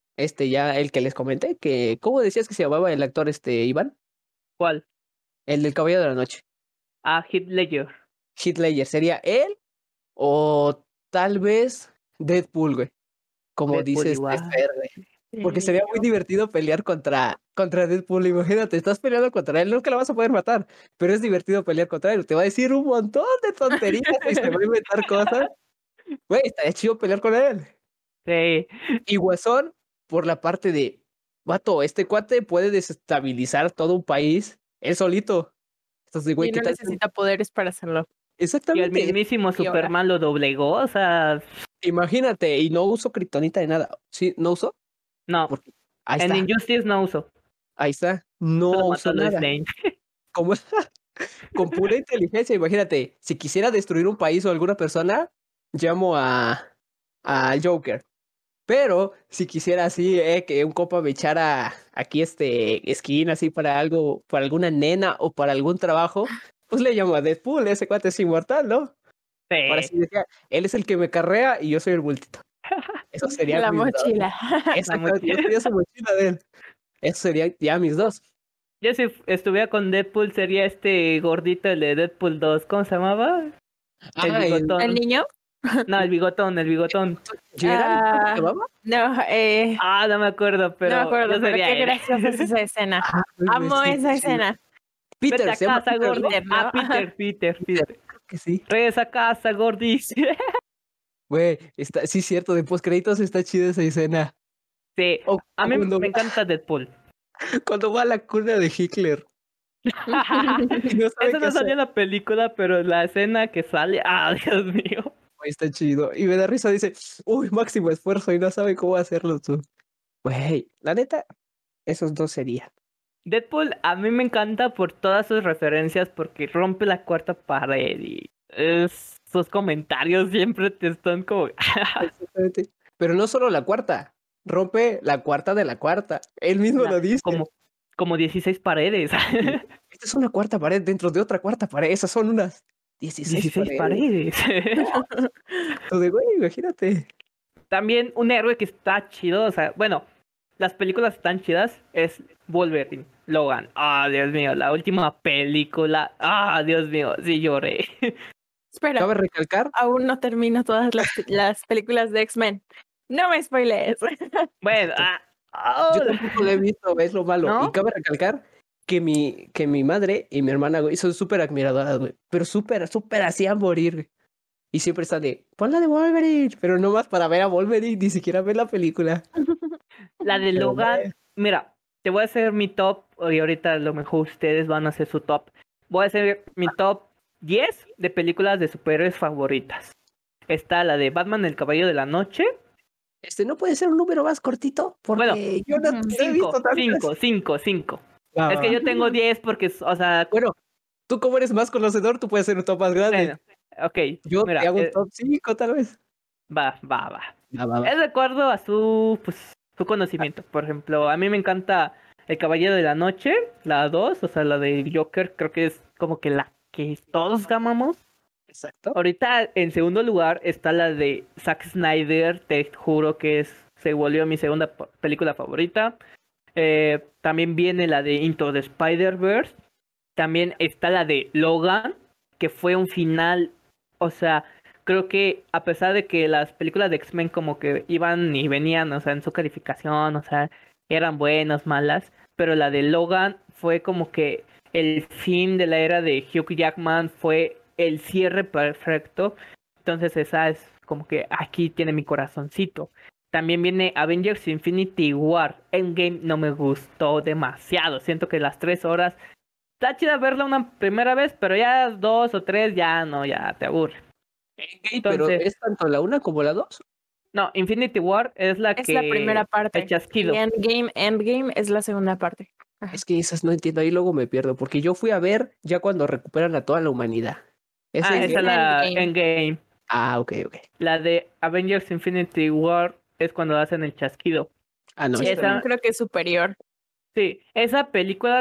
ya el que les comenté, que, ¿cómo decías que se llamaba el actor Iván? ¿Cuál? El del Caballero de la Noche. Heath Ledger. Heath Ledger, ¿sería él? O tal vez Deadpool, güey. Como Deadpool dices, igual. güey. Porque sería muy divertido pelear contra Deadpool. Imagínate, estás peleando contra él, nunca lo vas a poder matar, pero es divertido pelear contra él. Te va a decir un montón de tonterías y se va a inventar cosas. Güey, estaría chido pelear con él. Sí. Y Guasón, por la parte de, vato, este cuate puede desestabilizar todo un país él solito. Entonces, güey, Y ¿qué no tal? necesita poderes para hacerlo. Y el Exactamente. mismísimo Y ahora. Superman lo doblegó, o sea, Imagínate, y no uso kriptonita de nada. ¿Sí? ¿No uso? no. Porque ahí En está, Injustice no uso. ahí está. Solo No mató uso a Lois nada. Lane. Como con pura inteligencia, imagínate, si quisiera destruir un país o alguna persona, llamo al Joker. Pero si quisiera así, que un compa me echara aquí skin así para algo, para alguna nena o para algún trabajo, pues le llamo a Deadpool, ese cuate es inmortal, ¿no? Para Sí. así decir, él es el que me carrea y yo soy el bultito. Eso sería La mis dos. mochila. Exactamente, yo sería su mochila de él. Eso sería ya mis dos. Yo si estuviera con Deadpool sería este gordito, el de Deadpool 2. ¿Cómo se llamaba? El Ah, bigotón. ¿El niño? No, el bigotón. ¿Gerald? ¿Cómo se llamaba? No, No me acuerdo, no me pero acuerdo, yo pero sería qué él. graciosa es esa escena. Ah, güey, Amo sí, esa sí. escena. Vete Peter, a se llama casa, Peter, ¿no? Gordy. Peter, ¿no? Peter. Creo que sí. Regresa a casa, Gordy. Güey, sí, cierto, de postcréditos está chida esa escena. Sí, O, a o mí cuando, me encanta Deadpool. cuando va a la cuna de Hitler y no sabe Eso qué no hacer. salió en la película, pero la escena que sale, Dios mío. Güey, está chido. Y me da risa, dice, uy, máximo esfuerzo y no sabe cómo hacerlo tú. Güey, la neta, esos dos serían. Deadpool a mí me encanta por todas sus referencias, porque rompe la cuarta pared y sus comentarios siempre te están como... Exactamente. Pero no solo la cuarta, rompe la cuarta de la cuarta. Él mismo lo dice. como 16 paredes. Esta es una cuarta pared dentro de otra cuarta pared. Esas son unas 16 16 paredes. paredes. Todo de güey, imagínate. También un héroe que está chido, o sea, bueno, las películas están chidas, es Wolverine, Logan. Dios mío, la última película. Dios mío, sí lloré. Espera, Cabe recalcar, aún no termino todas las películas de X-Men. No me spoilees. Bueno, yo tampoco lo he visto, es lo malo. Y ¿no? cabe recalcar que mi madre y mi hermana, güey, son súper admiradoras, güey. Pero súper, súper así a morir, güey. Y siempre están de, pon la de Wolverine, pero no más para ver a Wolverine, ni siquiera ver la película. La de Pero, Logan, mira, te voy a hacer mi top, y ahorita a lo mejor ustedes van a hacer su top. Voy a hacer mi top 10 de películas de superhéroes favoritas. Está la de Batman, el Caballero de la Noche. ¿no puede ser un número más cortito? Bueno, Porque yo no he 5, visto tantas. 5. Va, Es que va. yo tengo 10 porque, o sea, Bueno, tú como eres más conocedor, tú puedes hacer un top más grande. bueno, ok, Yo te mira, hago un top 5 tal vez. va. Va. Es de acuerdo a su conocimiento. Por ejemplo, a mí me encanta El Caballero de la Noche, la 2, o sea, la de Joker, creo que es como que la que todos amamos. Exacto. Ahorita en segundo lugar está la de Zack Snyder, te juro que se volvió mi segunda película favorita. También viene la de Into the Spider-Verse. También está la de Logan, que fue un final, o sea, creo que a pesar de que las películas de X-Men como que iban y venían, o sea, en su calificación, o sea, eran buenas, malas, pero la de Logan fue como que el fin de la era de Hugh Jackman, fue el cierre perfecto. Entonces esa es como que aquí tiene mi corazoncito. También viene Avengers Infinity War. Endgame no me gustó demasiado. Siento que las 3 horas está chida verla una primera vez, pero ya 2 o 3 ya no, ya te aburre. Pero Entonces, ¿es tanto la una como la dos? no, Infinity War es la Es la primera el parte. chasquido. Y Endgame es la segunda parte. Ajá. Es que esas no entiendo, ahí luego me pierdo, porque yo fui a ver ya cuando recuperan a toda la humanidad. Esa es la Endgame. Endgame. Ok. La de Avengers Infinity War es cuando hacen el chasquido. No, Sí, yo también Esa, creo que es superior. sí, esa película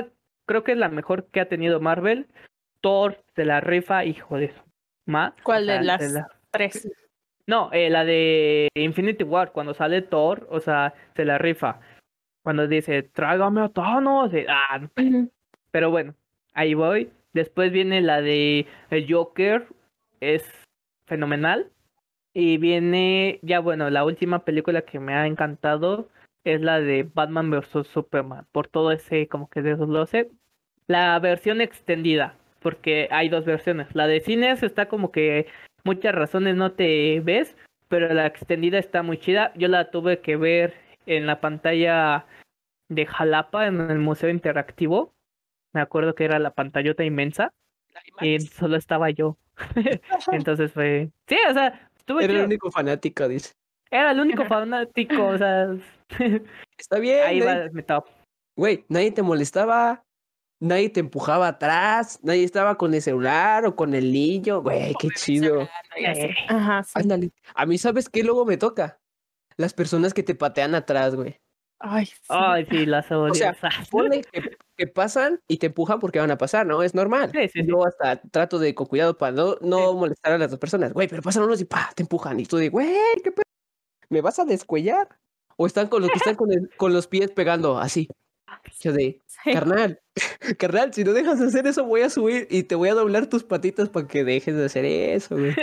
creo que es la mejor que ha tenido Marvel. Thor se la rifa, hijo de su ma. ¿Cuál O sea, de las tres? No, la de Infinity War, cuando sale Thor, o sea, se la rifa. Cuando dice, tráigame a Thanos. Ujú. Pero bueno, ahí voy. Después viene la de el Joker, es fenomenal. Y viene, ya bueno, la última película que me ha encantado es la de Batman vs Superman, por todo ese como que desglose. La versión extendida, porque hay dos versiones. La de cines está como que muchas razones no te ves, pero la extendida está muy chida. Yo la tuve que ver en la pantalla de Jalapa, en el Museo Interactivo. Me acuerdo que era la pantallota inmensa y solo estaba yo. Entonces fue... Sí, o sea, estuvo Era el chido. único fanático, dice. Era el único fanático, o sea... Está bien, Ahí va mi top. güey, nadie te molestaba, nadie te empujaba atrás, nadie estaba con el celular o con el niño, güey, qué chido. Y así. Eh, Ajá, sí. Ándale. A mí, ¿sabes qué luego me toca? Las personas que te patean atrás, güey. Ay, sí. Ay, sí, las O odio. sea, ponle que pasan y te empujan porque van a pasar, ¿no? Es normal. Sí, sí, sí. Yo hasta trato de con cuidado para no molestar a las dos personas. Güey, pero pasan unos y pa, te empujan. Y tú de, güey, ¿qué pedo? ¿Me vas a descuellar? O están con los que están con los pies pegando así. Yo de, Sí. carnal, carnal, si no dejas de hacer eso, voy a subir y te voy a doblar tus patitas para que dejes de hacer eso, güey.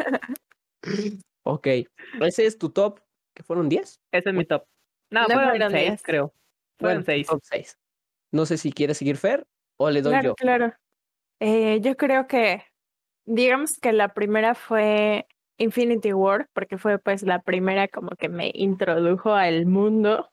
Ok, ese es tu top, ¿que fueron 10? Ese es mi top. No, No fueron fueron 6, 10. creo. Bueno, Fueron 6. top 6. No sé si quieres seguir Fer o le doy Claro, yo. claro. Yo creo que, digamos que la primera fue Infinity War, porque fue pues la primera como que me introdujo al mundo.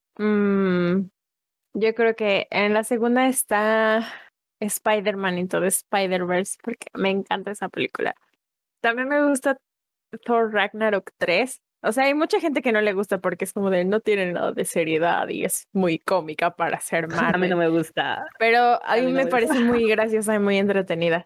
Yo creo que en la segunda está Spider-Man Into the Spider-Verse, porque me encanta esa película. También me gusta Thor Ragnarok 3. O sea, hay mucha gente que no le gusta porque es como de no tiene nada de seriedad y es muy cómica para ser A mí Marvel. no me gusta. Pero a mí mí no me me parece muy graciosa y muy entretenida.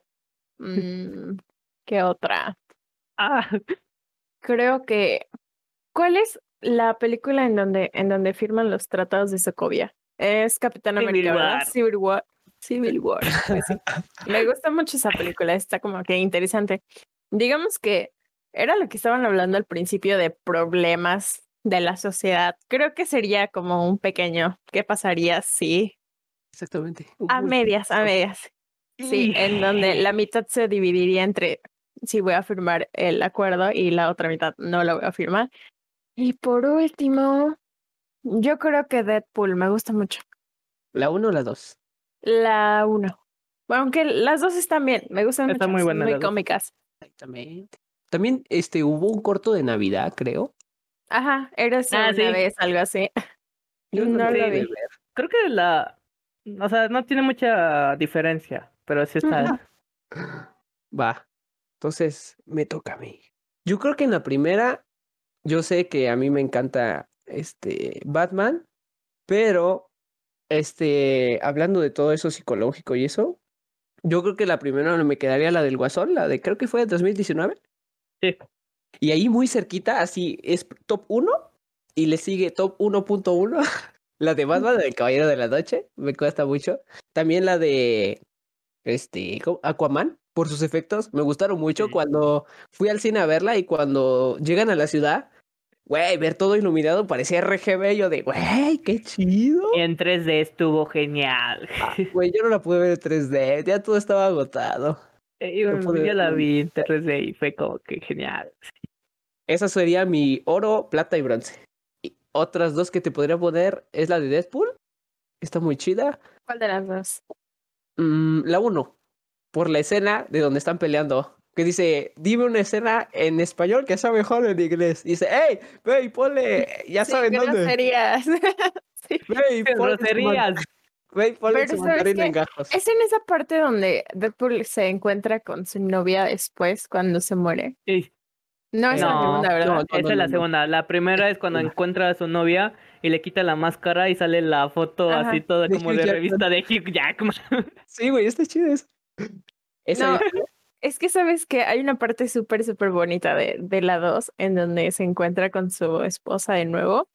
¿Qué otra? Ah, Creo que... ¿Cuál es la película en donde firman los tratados de Sokovia? Es Capitán Civil América, ¿verdad? War. Civil War. Civil War. Pues sí. Me gusta mucho esa película, está como que interesante. Digamos que era lo que estaban hablando al principio de problemas de la sociedad. Creo que sería como un pequeño, ¿qué pasaría si Exactamente. a medias, a medias? Sí, en donde la mitad se dividiría entre si voy a firmar el acuerdo y la otra mitad no lo voy a firmar. Y por último, yo creo que Deadpool me gusta mucho. ¿La 1 o la 2? La uno. Aunque las dos están bien, me gustan Está mucho, muy son buena muy las dos. cómicas. Exactamente. También hubo un corto de Navidad, creo. Ajá, eres Ah, una sí. vez, algo así. Yo no No lo lo Sí. pude vi. ver. Creo que o sea, no tiene mucha diferencia, pero sí está. Va. Entonces, me toca a mí. Yo creo que en la primera, yo sé que a mí me encanta Batman, pero hablando de todo eso psicológico y eso, yo creo que la primera me quedaría la del Guasón, la de creo que fue de 2019. Sí. Y ahí muy cerquita, así es top 1 y le sigue top 1.1, la de Batman, del Caballero de la Noche, me cuesta mucho. También la de ¿cómo? Aquaman, por sus efectos, me gustaron mucho Sí. cuando fui al cine a verla y cuando llegan a la ciudad, güey, ver todo iluminado parecía RGB, yo de, güey, qué chido. Y en 3D estuvo genial. Güey, yo no la pude ver en 3D, ya todo estaba agotado. No pude Yo la verla. vi en 3D y fue como que genial. Esa sería mi oro, plata y bronce. Y otras dos que te podría poner es la de Deadpool, está muy chida. ¿Cuál de las dos? La 1, por la escena de donde están peleando. Que dice, dime una escena en español que sea mejor en inglés. Dice, hey, ve y ponle, ya Sí, saben dónde. groserías. Sí. Ve y Sin ponle groserías. Pero Pero su ¿sabes mandarín en qué? gajos. Es en esa parte donde Deadpool se encuentra con su novia después cuando se muere. Sí. No es la No, segunda, ¿verdad? esa es la segunda. La primera es cuando encuentra a su novia y le quita la máscara y sale la foto Ajá. así toda De como Hugh de Jackman. revista de Hugh Jackman. Sí, güey, está chido eso. Esa No, yo creo. es que sabes que hay una parte súper, súper bonita de la 2 en donde se encuentra con su esposa de nuevo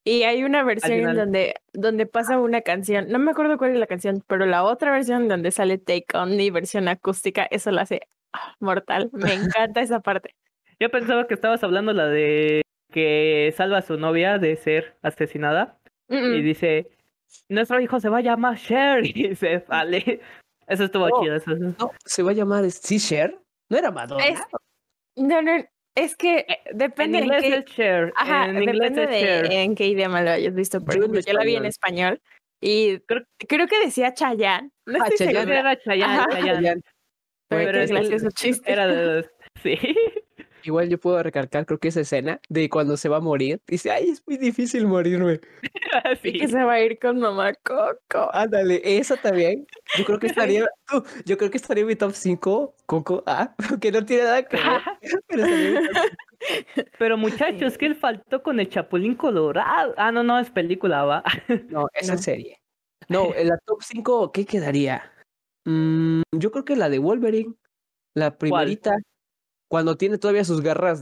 Y hay una versión en final. donde pasa una canción, no me acuerdo cuál es la canción, pero la otra versión donde sale Take On Me, versión acústica, eso la hace mortal. Me encanta esa parte. Yo pensaba que estabas hablando la de que salva a su novia de ser asesinada y Mm, dice, nuestro hijo se va a llamar Cher y se sale. Eso estuvo No, chido. Eso. no, se va a llamar Cher. ¿No era Es, Madonna? no, no, es que En depende en inglés qué, es Cher, ajá, en inglés depende es de Cher. en qué idioma lo hayas visto. Por Yo en ejemplo, yo la vi en español. español y Creo, creo que decía Chayanne, no Ah, estoy creo que Chayanne. segura. era Chayanne, Ajá, Chayanne. pero Pero qué es que gracioso chiste. era de... Sí. Igual yo puedo recalcar, creo que esa escena de cuando se va a morir. Dice, ay, es muy difícil morirme. Y que Sí. se va a ir con mamá Coco. Ándale, esa también. Yo creo que estaría, yo creo que estaría en mi top 5 Coco, que no tiene nada que ver, pero estaría en mi top 5. Pero muchachos, que él faltó con el Chapulín Colorado. Ah, no, no, es película, va. No, esa No. serie. No, en la top 5, ¿qué quedaría? Yo creo que la de Wolverine, la ¿Cuál? primerita, cuando tiene todavía sus garras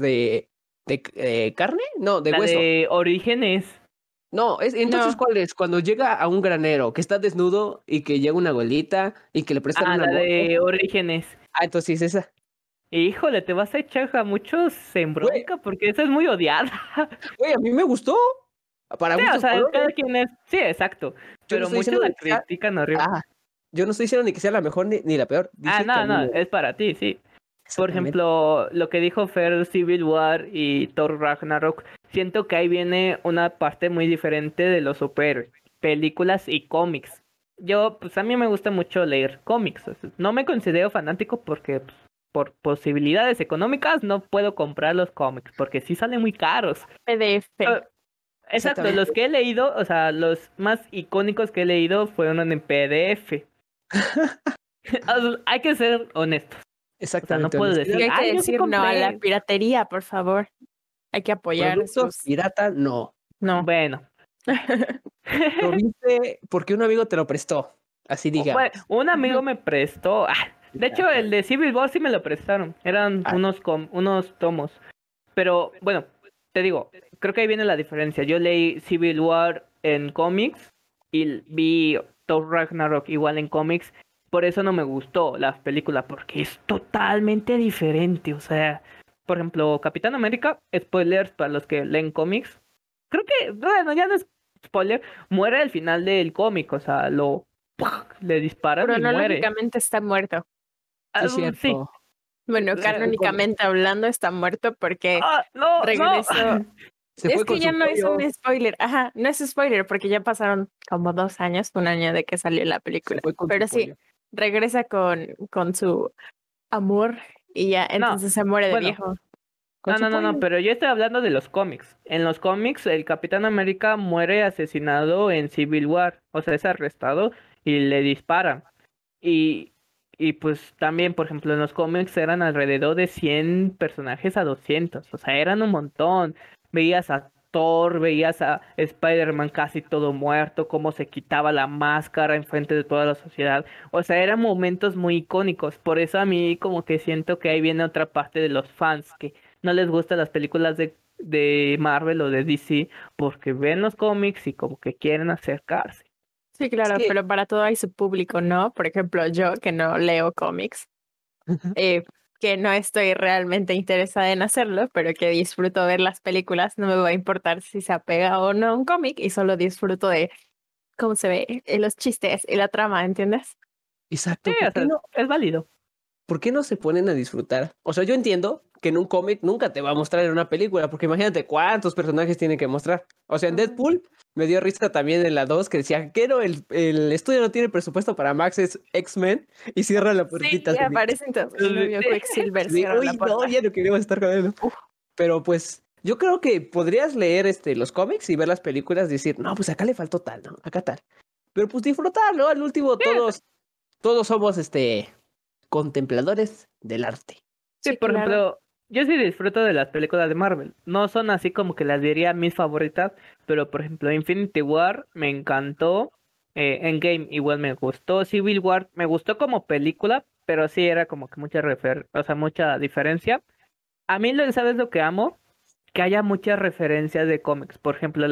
de carne, no, de La hueso. de Orígenes. No, entonces, No, ¿cuál es? Cuando llega a un granero, que está desnudo y que llega una abuelita y que le prestan Ah, una la moto. de Orígenes. Entonces sí es esa. Híjole, te vas a echar a muchos en Güey, bronca porque esa es muy odiada. güey, a mí me gustó. Para Sí, o gustos sea, cada colores. quien es. Sí, exacto. Yo no Pero estoy muchos diciendo la de que sea, critican horrible. ah, yo no estoy diciendo ni que sea la mejor ni la peor. Ah, Dije que a no, mí no, me gusta. es para ti, sí. Por Exactamente. ejemplo, lo que dijo Fer Civil War y Thor Ragnarok, siento que ahí viene una parte muy diferente de los superhéroes, películas y cómics. Yo, pues a mí me gusta mucho leer cómics. O sea, no me considero fanático porque pues, por posibilidades económicas no puedo comprar los cómics porque sí salen muy caros. PDF. Eh, Exacto, los Exactamente. que he leído, o sea, los más icónicos que he leído fueron en PDF. Hay que ser honestos. O sea, no Exactamente. puedo Honestidad. Y decir, hay que ay, yo sí decir no a la compré. piratería, por favor. Hay que apoyar Productos sus... pirata, no. No. Bueno, Lo viste porque un amigo te lo prestó. Así digamos. bueno, un amigo me prestó. De hecho, el de Civil War sí me lo prestaron. Eran Ah, unos tomos. Pero bueno, te digo, creo que ahí viene la diferencia. Yo leí Civil War en cómics y vi Thor Ragnarok igual en cómics. Por eso no me gustó la película, porque es totalmente diferente. O sea, por ejemplo, Capitán América, spoilers para los que leen cómics. Creo que, bueno, ya no es spoiler, muere al final del cómic, o sea, le disparan y muere. Cronológicamente está muerto. sí, Sí. cierto. Bueno, Se fue con, canónicamente hablando está muerto porque No, no. regresó. se Es fue que con ya su no es un pollo. spoiler. Ajá, no es spoiler porque ya pasaron como 2 años, un año de que salió la Se película. fue con su Pero sí, pollo. regresa con su amor y ya, No, entonces se muere de bueno, viejo. Con su no, pollo. pero yo estoy hablando de los cómics. En los cómics, el Capitán América muere asesinado en Civil War, o sea, es arrestado y le disparan. Y, y pues también, por ejemplo, en los cómics eran alrededor de 100 personajes a 200, o sea, eran un montón. Veías a Thor, veías a Spider-Man casi todo muerto, cómo se quitaba la máscara enfrente de toda la sociedad. O sea, eran momentos muy icónicos. Por eso a mí como que siento que ahí viene otra parte de los fans que no les gustan las películas de Marvel o de DC porque ven los cómics y como que quieren acercarse. Sí, Es claro, que, pero para todo hay su público, ¿no? Por ejemplo, yo que no leo cómics, eh, que no estoy realmente interesada en hacerlo, pero que disfruto ver las películas, no me va a importar si se apega o no a un cómic y solo disfruto de cómo se ve, los chistes y la trama, ¿entiendes? Sí, exacto, o sea, es válido. ¿por qué no se ponen a disfrutar? O sea, yo entiendo que en un cómic nunca te va a mostrar en una película, porque imagínate cuántos personajes tiene que mostrar. O sea, en Deadpool me dio risa también en la 2 que decía que no, el estudio no tiene presupuesto para Max X-Men y cierra la Sí, puertita así de, aparece entonces el novio Quicksilver, así de, cierra la uy, no, puerta. ya no queremos estar con él, ¿no? Pero pues yo creo que podrías leer los cómics y ver las películas y decir, no, pues acá le faltó tal, ¿no? Acá tal. Pero pues disfrutar, ¿no? Al último todos somos contempladores del arte. Sí, Sí, por claro. ejemplo, yo sí disfruto de las películas de Marvel. No son así como que las diría mis favoritas, pero por ejemplo, Infinity War me encantó. Endgame igual me gustó. Civil War me gustó como película, pero sí era como que mucha o sea, mucha diferencia. A mí, ¿sabes lo que amo? que haya muchas referencias de cómics. Por ejemplo,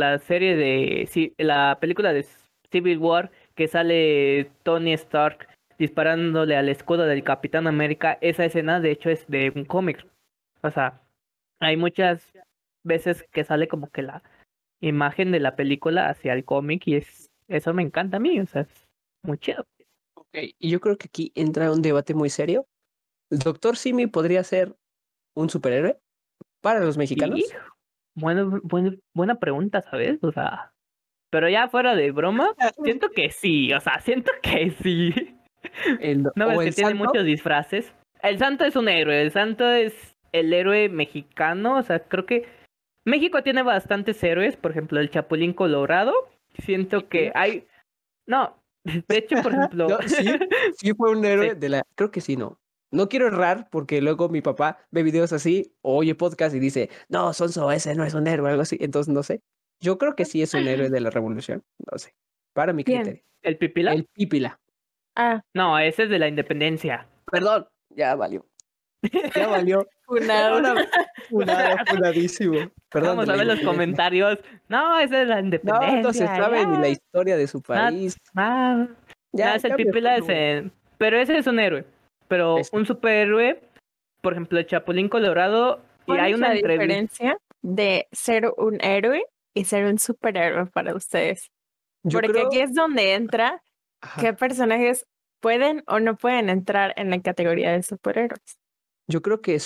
la película de Civil War, que sale Tony Stark disparándole al escudo del Capitán América, esa escena de hecho es de un cómic. O sea, hay muchas veces que sale como que la imagen de la película hacia el cómic y eso me encanta a mí, o sea, es muy chido. Ok, y yo creo que aquí entra un debate muy serio. ¿El Doctor Simi podría ser un superhéroe para los mexicanos? Y buena pregunta, ¿sabes? O sea, pero ya fuera de broma, siento que sí, o sea, siento que sí. ¿No ¿O ves que el tiene Santo? muchos disfraces? El Santo es un héroe, el Santo es el héroe mexicano, o sea, creo que México tiene bastantes héroes, por ejemplo, el Chapulín Colorado, siento que hay... No, de hecho, por ejemplo... No, sí fue un héroe Sí. de la... Creo que sí, no. No quiero errar porque luego mi papá ve videos así o oye podcast y dice, no, Sonso, ese no es un héroe o algo así. Entonces no sé. Yo creo que sí es un héroe de la revolución. No sé. Para mi ¿Quién? criterio. ¿El Pipila? El Pípila. Ah, No, ese es de la Independencia. Perdón. Ya valió. Ya valió. funado. Ahora, funadísimo. Perdón de Vamos a la ver los independencia. comentarios. No, ese es de la No se Independencia. sabe ni la Ya. historia de su país. No, Ya, es el cambia, Pipila, por favor. pero ese es un héroe. Pero Este, un superhéroe, por ejemplo, el Chapulín Colorado, y ¿Cuál hay es una la entrevista. diferencia de ser un héroe y ser un superhéroe para ustedes? yo Porque creo... aquí es donde entra Ajá. qué personajes pueden o no pueden entrar en la categoría de superhéroes. Yo creo que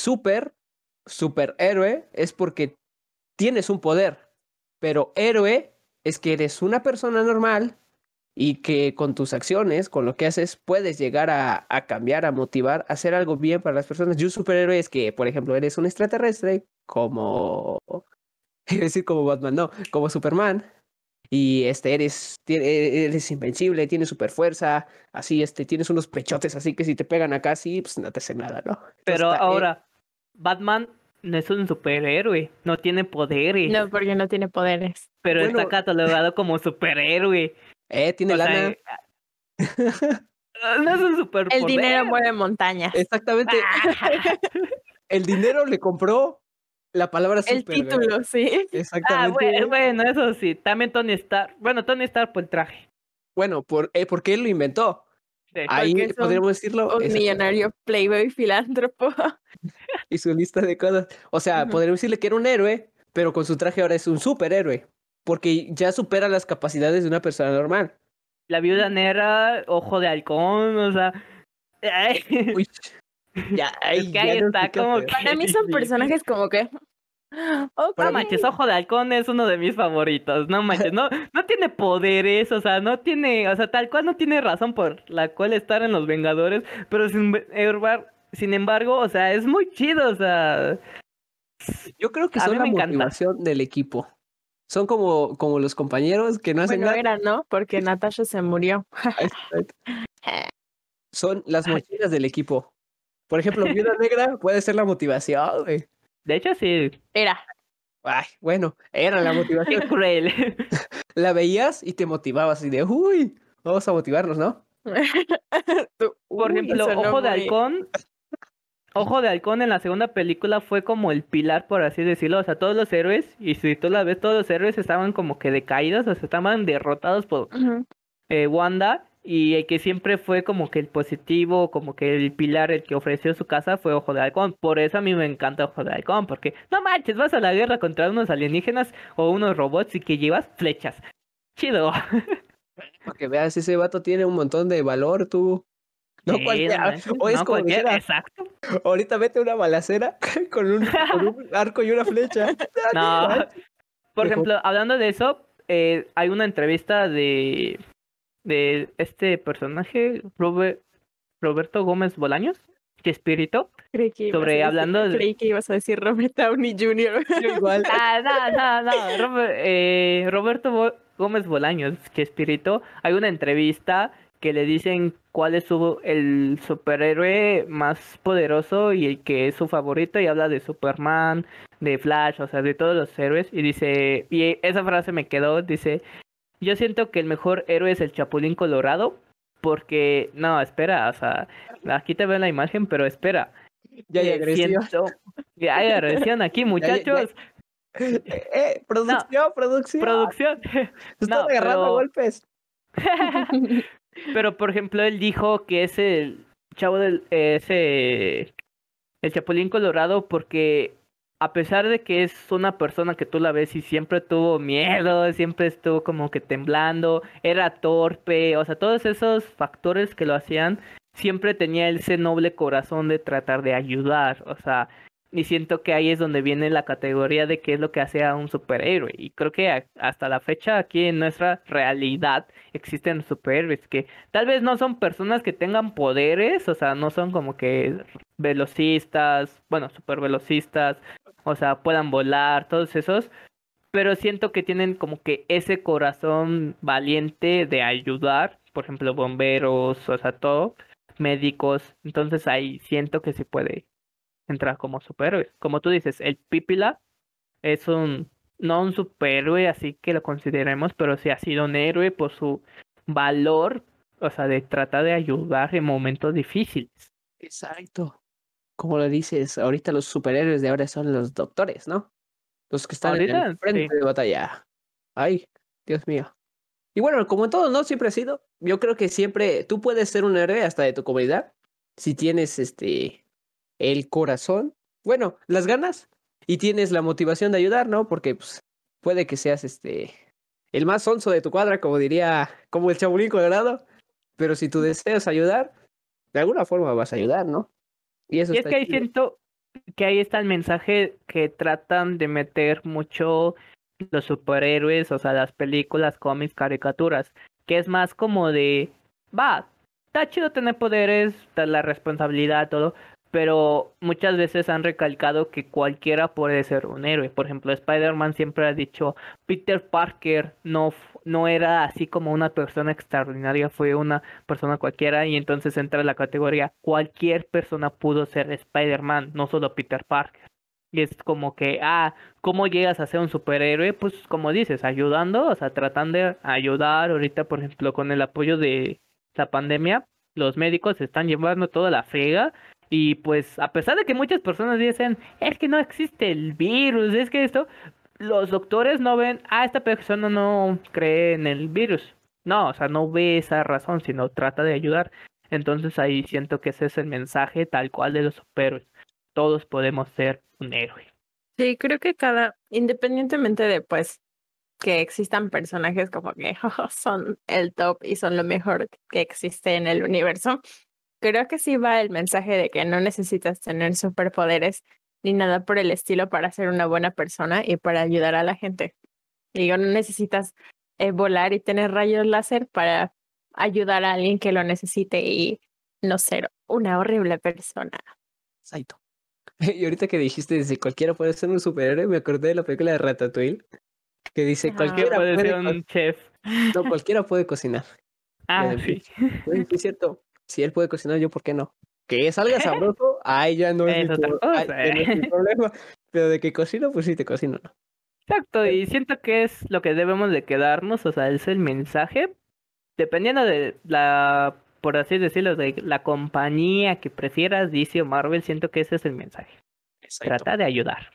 superhéroe es porque tienes un poder, pero héroe es que eres una persona normal y que con tus acciones, con lo que haces, puedes llegar a cambiar, a motivar, a hacer algo bien para las personas. Y un superhéroe es que, por ejemplo, eres un extraterrestre como, iba a decir como Batman, no, como Superman. Y eres invencible, tienes super fuerza, así, tienes unos pechotes, así que si te pegan acá, sí, pues no te hace nada, ¿no? Entonces Pero está, ahora, Batman no es un superhéroe, no tiene poderes, No, porque no tiene poderes. pero está bueno, catalogado como superhéroe. tiene O sea, lana. no es un El superpoder. dinero mueve montañas. Exactamente, el dinero le compró la palabra El super, ¿verdad? título, sí. Exactamente. Bueno, eso sí, también Tony Stark. Bueno, Tony Stark por el traje. Bueno, porque él lo inventó. Sí. Ahí Porque es podríamos decirlo, un millonario playboy filántropo. y su lista de cosas. O sea, Ujú. podríamos decirle que era un héroe, pero con su traje ahora es un superhéroe, porque ya supera las capacidades de una persona normal. La viuda negra, ojo de halcón, o sea. Uy, ya, Es que ahí ya no sé está qué como hacer. que Para mí son difícil. personajes como que. Ok. No manches, Ojo de Halcón es uno de mis favoritos. No manches, no tiene poderes, o sea, no tiene, o sea, tal cual no tiene razón por la cual estar en los Vengadores, pero sin embargo, o sea, es muy chido, o sea, Yo creo que a son mí la me encanta. motivación del equipo. Son como los compañeros que no hacen Bueno, nada. era, ¿no? Porque Natasha se murió. Son las Ay, mochilas del equipo. Por ejemplo, Viuda Negra puede ser la motivación, güey. de hecho, sí, Era. Ay, bueno, era la qué motivación. cruel. La veías y te motivabas y de, uy, vamos a motivarnos, ¿no? Por Uy, ejemplo, sonó muy. Ojo de Halcón en la segunda película fue como el pilar, por así decirlo. O sea, todos los héroes, y si tú la ves, todos los héroes estaban como que decaídos, o sea, estaban derrotados por Ujú. Wanda. Y el que siempre fue como que el positivo, como que el pilar, el que ofreció su casa fue Ojo de Halcón. Por eso a mí me encanta Ojo de Halcón, porque no manches, vas a la guerra contra unos alienígenas o unos robots y que llevas flechas. Chido. Para que veas, ese vato tiene un montón de valor, tú. No Sí, no cualquiera. manches, O es no como cualquier, dijera, exacto. ahorita vete a una balacera con un arco y una flecha. No No, manches. por Mejor. ejemplo, hablando de eso, hay una entrevista de este personaje, Roberto Gómez Bolaños, Chespirito, sobre hablando de... Creí que ibas a decir Robert Downey Jr. Yo igual. No, Roberto Gómez Bolaños, Chespirito, hay una entrevista que le dicen cuál es el superhéroe más poderoso y el que es su favorito y habla de Superman, de Flash, o sea, de todos los héroes y dice, y esa frase me quedó, dice, yo siento que el mejor héroe es el Chapulín Colorado porque, no, espera, o sea, aquí te veo la imagen, pero espera, Ya hay agresión. siento que hay agresión aquí, Ya, muchachos. Producción, producción. Producción. Se están No, agarrando a pero golpes. pero por ejemplo él dijo que es el chavo del ese el Chapulín Colorado porque a pesar de que es una persona que tú la ves y siempre tuvo miedo, siempre estuvo como que temblando, era torpe, o sea, todos esos factores que lo hacían, siempre tenía ese noble corazón de tratar de ayudar, o sea, y siento que ahí es donde viene la categoría de qué es lo que hace a un superhéroe. Y creo que hasta la fecha aquí en nuestra realidad existen superhéroes que tal vez no son personas que tengan poderes, o sea, no son como que velocistas, bueno, super velocistas, o sea, puedan volar, todos esos, pero siento que tienen como que ese corazón valiente de ayudar, por ejemplo, bomberos, o sea, todo, médicos, entonces ahí siento que se puede entrar como superhéroes. Como tú dices, el Pípila es no un superhéroe así que lo consideremos, pero sí ha sido un héroe por su valor, o sea, de tratar de ayudar en momentos difíciles. Exacto. Como lo dices, ahorita los superhéroes de ahora son los doctores, ¿no? Los que están en el Ahorita, sí. frente de batalla. Ay, Dios mío. Y bueno, como en todo, ¿no? Siempre ha sido. Yo creo que siempre tú puedes ser un héroe hasta de tu comunidad si tienes el corazón, bueno, las ganas y tienes la motivación de ayudar, ¿no? Porque pues, puede que seas el más sonso de tu cuadra, como diría, como el Chapulín Colorado, pero si tú deseas ayudar, de alguna forma vas a ayudar, ¿no? Y eso Y es está que ahí chido. siento que ahí está el mensaje que tratan de meter mucho los superhéroes, o sea, las películas, cómics, caricaturas, que es más como de, va, está chido tener poderes, la responsabilidad, todo, pero muchas veces han recalcado que cualquiera puede ser un héroe. Por ejemplo, Spider-Man siempre ha dicho, Peter Parker no era así como una persona extraordinaria, fue una persona cualquiera y entonces entra en la categoría, cualquier persona pudo ser Spider-Man, no solo Peter Parker. Y es como que, ¿cómo llegas a ser un superhéroe? Pues como dices, ayudando, o sea, tratando de ayudar. Ahorita, por ejemplo, con el apoyo de la pandemia, los médicos se están llevando toda la frega. Y pues, a pesar de que muchas personas dicen, es que no existe el virus, es que esto, los doctores no ven, esta persona no cree en el virus. No, o sea, no ve esa razón, sino trata de ayudar. Entonces ahí siento que ese es el mensaje tal cual de los superhéroes. Todos podemos ser un héroe. Sí, creo que independientemente de pues que existan personajes como que son el top y son lo mejor que existe en el universo, creo que sí va el mensaje de que no necesitas tener superpoderes ni nada por el estilo para ser una buena persona y para ayudar a la gente. Digo, no necesitas volar y tener rayos láser para ayudar a alguien que lo necesite y no ser una horrible persona. Exacto. Y ahorita que dijiste, si cualquiera puede ser un superhéroe, me acordé de la película de Ratatouille, que dice, Que cualquiera puede ser puede, un chef. no, cualquiera puede cocinar. Y además, Sí. oye, sí es cierto, si él puede cocinar, yo, ¿por qué no? Que salga sabroso, ay, ya no es Es otra ay, cosa. ya no es mi problema. Pero de que cocino, pues sí te cocino, ¿no? Exacto, y siento que es lo que debemos de quedarnos, o sea, es el mensaje, dependiendo de por así decirlo, de la compañía que prefieras, DC o Marvel, siento que ese es el mensaje. Exacto. Trata de ayudar.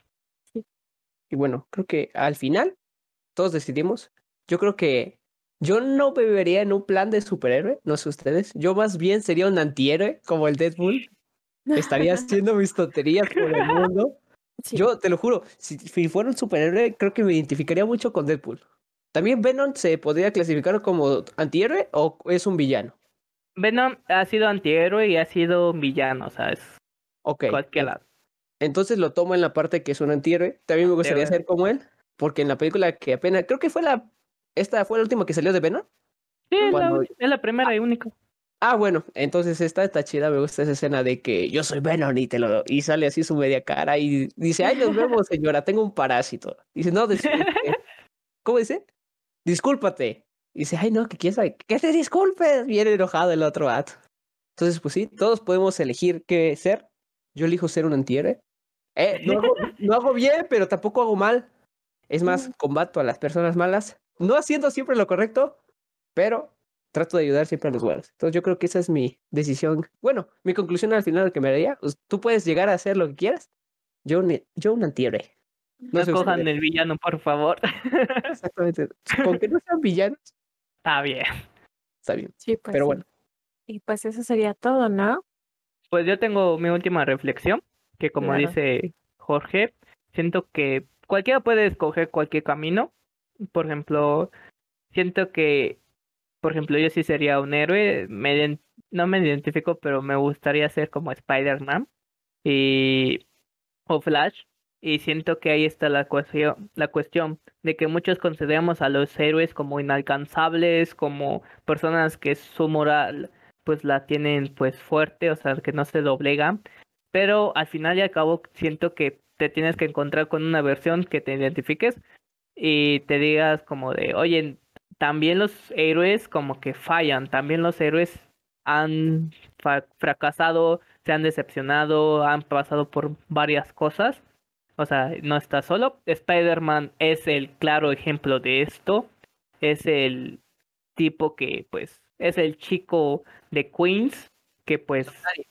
Y bueno, creo que al final todos decidimos. Yo creo que yo no me vería en un plan de superhéroe, no sé ustedes. Yo más bien sería un antihéroe, como el Deadpool. Estaría haciendo mis tonterías por el mundo. Sí. Yo te lo juro, si fuera un superhéroe, creo que me identificaría mucho con Deadpool. ¿También Venom se podría clasificar como antihéroe o es un villano? Venom ha sido antihéroe y ha sido villano, o sea, es Ok, cualquier lado. entonces lo tomo en la parte que es un antihéroe. También me gustaría Antihéroe. ser como él, porque en la película que apenas, creo que esta fue la última que salió de Venom. Sí, Cuando, es la primera y única. bueno, entonces esta está chida, me gusta esa escena de que yo soy Venom y sale así su media cara y dice, ay, nos vemos, señora, tengo un parásito. Dice, no, ¿cómo dice? Discúlpate. Dice, ay, no, que quieres que te disculpes. Viene enojado el otro vato. Entonces, pues sí, todos podemos elegir qué ser. Yo elijo ser un antihéroe. No hago bien, pero tampoco hago mal. Es más, combato a las personas malas, no haciendo siempre lo correcto, pero trato de ayudar siempre a los buenos. Entonces yo creo que esa es mi decisión. Bueno, mi conclusión al final que me haría, pues, tú puedes llegar a hacer lo que quieras. Yo un antihéroe. No se cojan usen. el villano, por favor. Exactamente. Con que no sean villanos, Está bien. está bien. Sí, pues Pero sí. bueno, Y pues eso sería todo, ¿no? Pues yo tengo mi última reflexión, que como Claro. dice Jorge, siento que cualquiera puede escoger cualquier camino. Por ejemplo, siento que, por ejemplo, yo sí sería un héroe, no me identifico, pero me gustaría ser como Spider-Man y o Flash. Y siento que ahí está la cuestión de que muchos consideramos a los héroes como inalcanzables, como personas que su moral pues la tienen pues fuerte, o sea, que no se doblegan, pero al final y al cabo siento que te tienes que encontrar con una versión que te identifiques y te digas como de, oye, también los héroes como que fallan, también los héroes han fracasado, se han decepcionado, han pasado por varias cosas. O sea, no está solo. Spider-Man es el claro ejemplo de esto. Es el tipo que, pues, es el chico de Queens que, pues,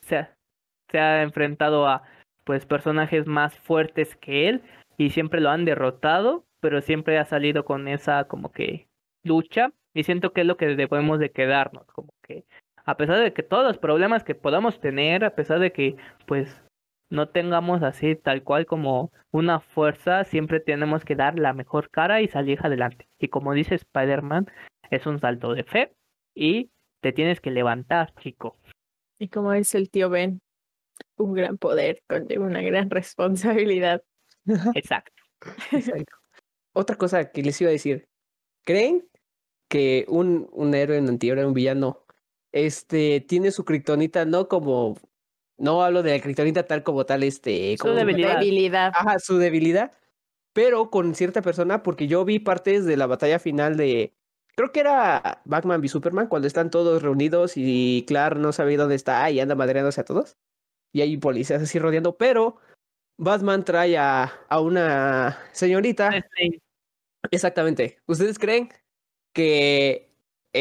se ha enfrentado a, pues, personajes más fuertes que él y siempre lo han derrotado, pero siempre ha salido con esa, como que, lucha. Y siento que es lo que debemos de quedarnos, como que, a pesar de que todos los problemas que podamos tener, a pesar de que, pues, no tengamos así tal cual como una fuerza, siempre tenemos que dar la mejor cara y salir adelante. Y como dice Spider-Man, es un salto de fe y te tienes que levantar, chico. Y como dice el tío Ben, un gran poder conlleva una gran responsabilidad. Exacto. exacto. Otra cosa que les iba a decir. ¿Creen que un héroe, un antihéroe, un villano, tiene su kriptonita, no como, no hablo de la kriptonita tal como tal, Su ¿cómo se llama? debilidad. Debilidad. Ajá, su debilidad, pero con cierta persona, porque yo vi partes de la batalla final de, creo que era Batman v Superman, cuando están todos reunidos y Clark no sabe dónde está y anda madreándose a todos, y hay policías así rodeando, pero Batman trae a una señorita, exactamente. ¿Ustedes creen que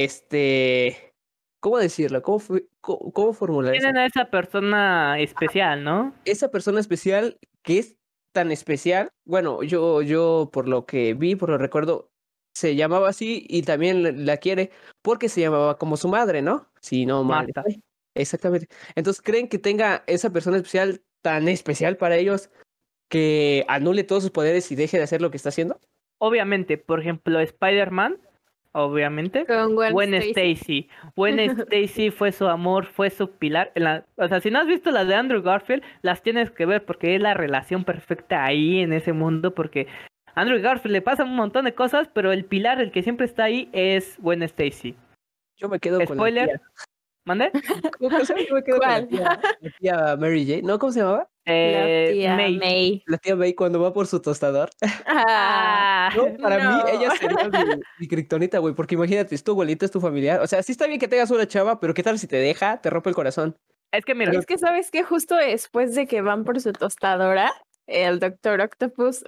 ¿cómo decirlo? ¿Cómo formular eso? Tienen a esa persona especial, ¿no? Esa persona especial que es tan especial, bueno, yo por lo que vi, por lo recuerdo, se llamaba así y también la quiere porque se llamaba como su madre, ¿no? Si no mal Marta. estoy. Exactamente. Entonces, ¿creen que tenga esa persona especial tan especial para ellos que anule todos sus poderes y deje de hacer lo que está haciendo? Obviamente, por ejemplo, Spider-Man, obviamente. Con Gwen Gwen Stacy. Stacy. Gwen Stacy fue su amor, fue su pilar. O sea, si no has visto las de Andrew Garfield, las tienes que ver porque es la relación perfecta ahí en ese mundo. Porque a Andrew Garfield le pasan un montón de cosas, pero el pilar, el que siempre está ahí, es Gwen Stacy. Yo me quedo con la Spoiler, tía. ¿mande? ¿Cómo que sabes? Yo me quedo con ¿Cuál? la tía Mary Jane. ¿No? ¿Cómo se llamaba? La tía May. May. La tía May cuando va por su tostador. Ah, No, para mí ella no. sería mi kriptonita, güey, porque imagínate, es tu abuelita, es tu familiar. O sea, sí está bien que tengas una chava, pero ¿qué tal si te deja? Te rompe el corazón. Es que mira, Pero Es que sabes que justo después de que van por su tostadora, el Doctor Octopus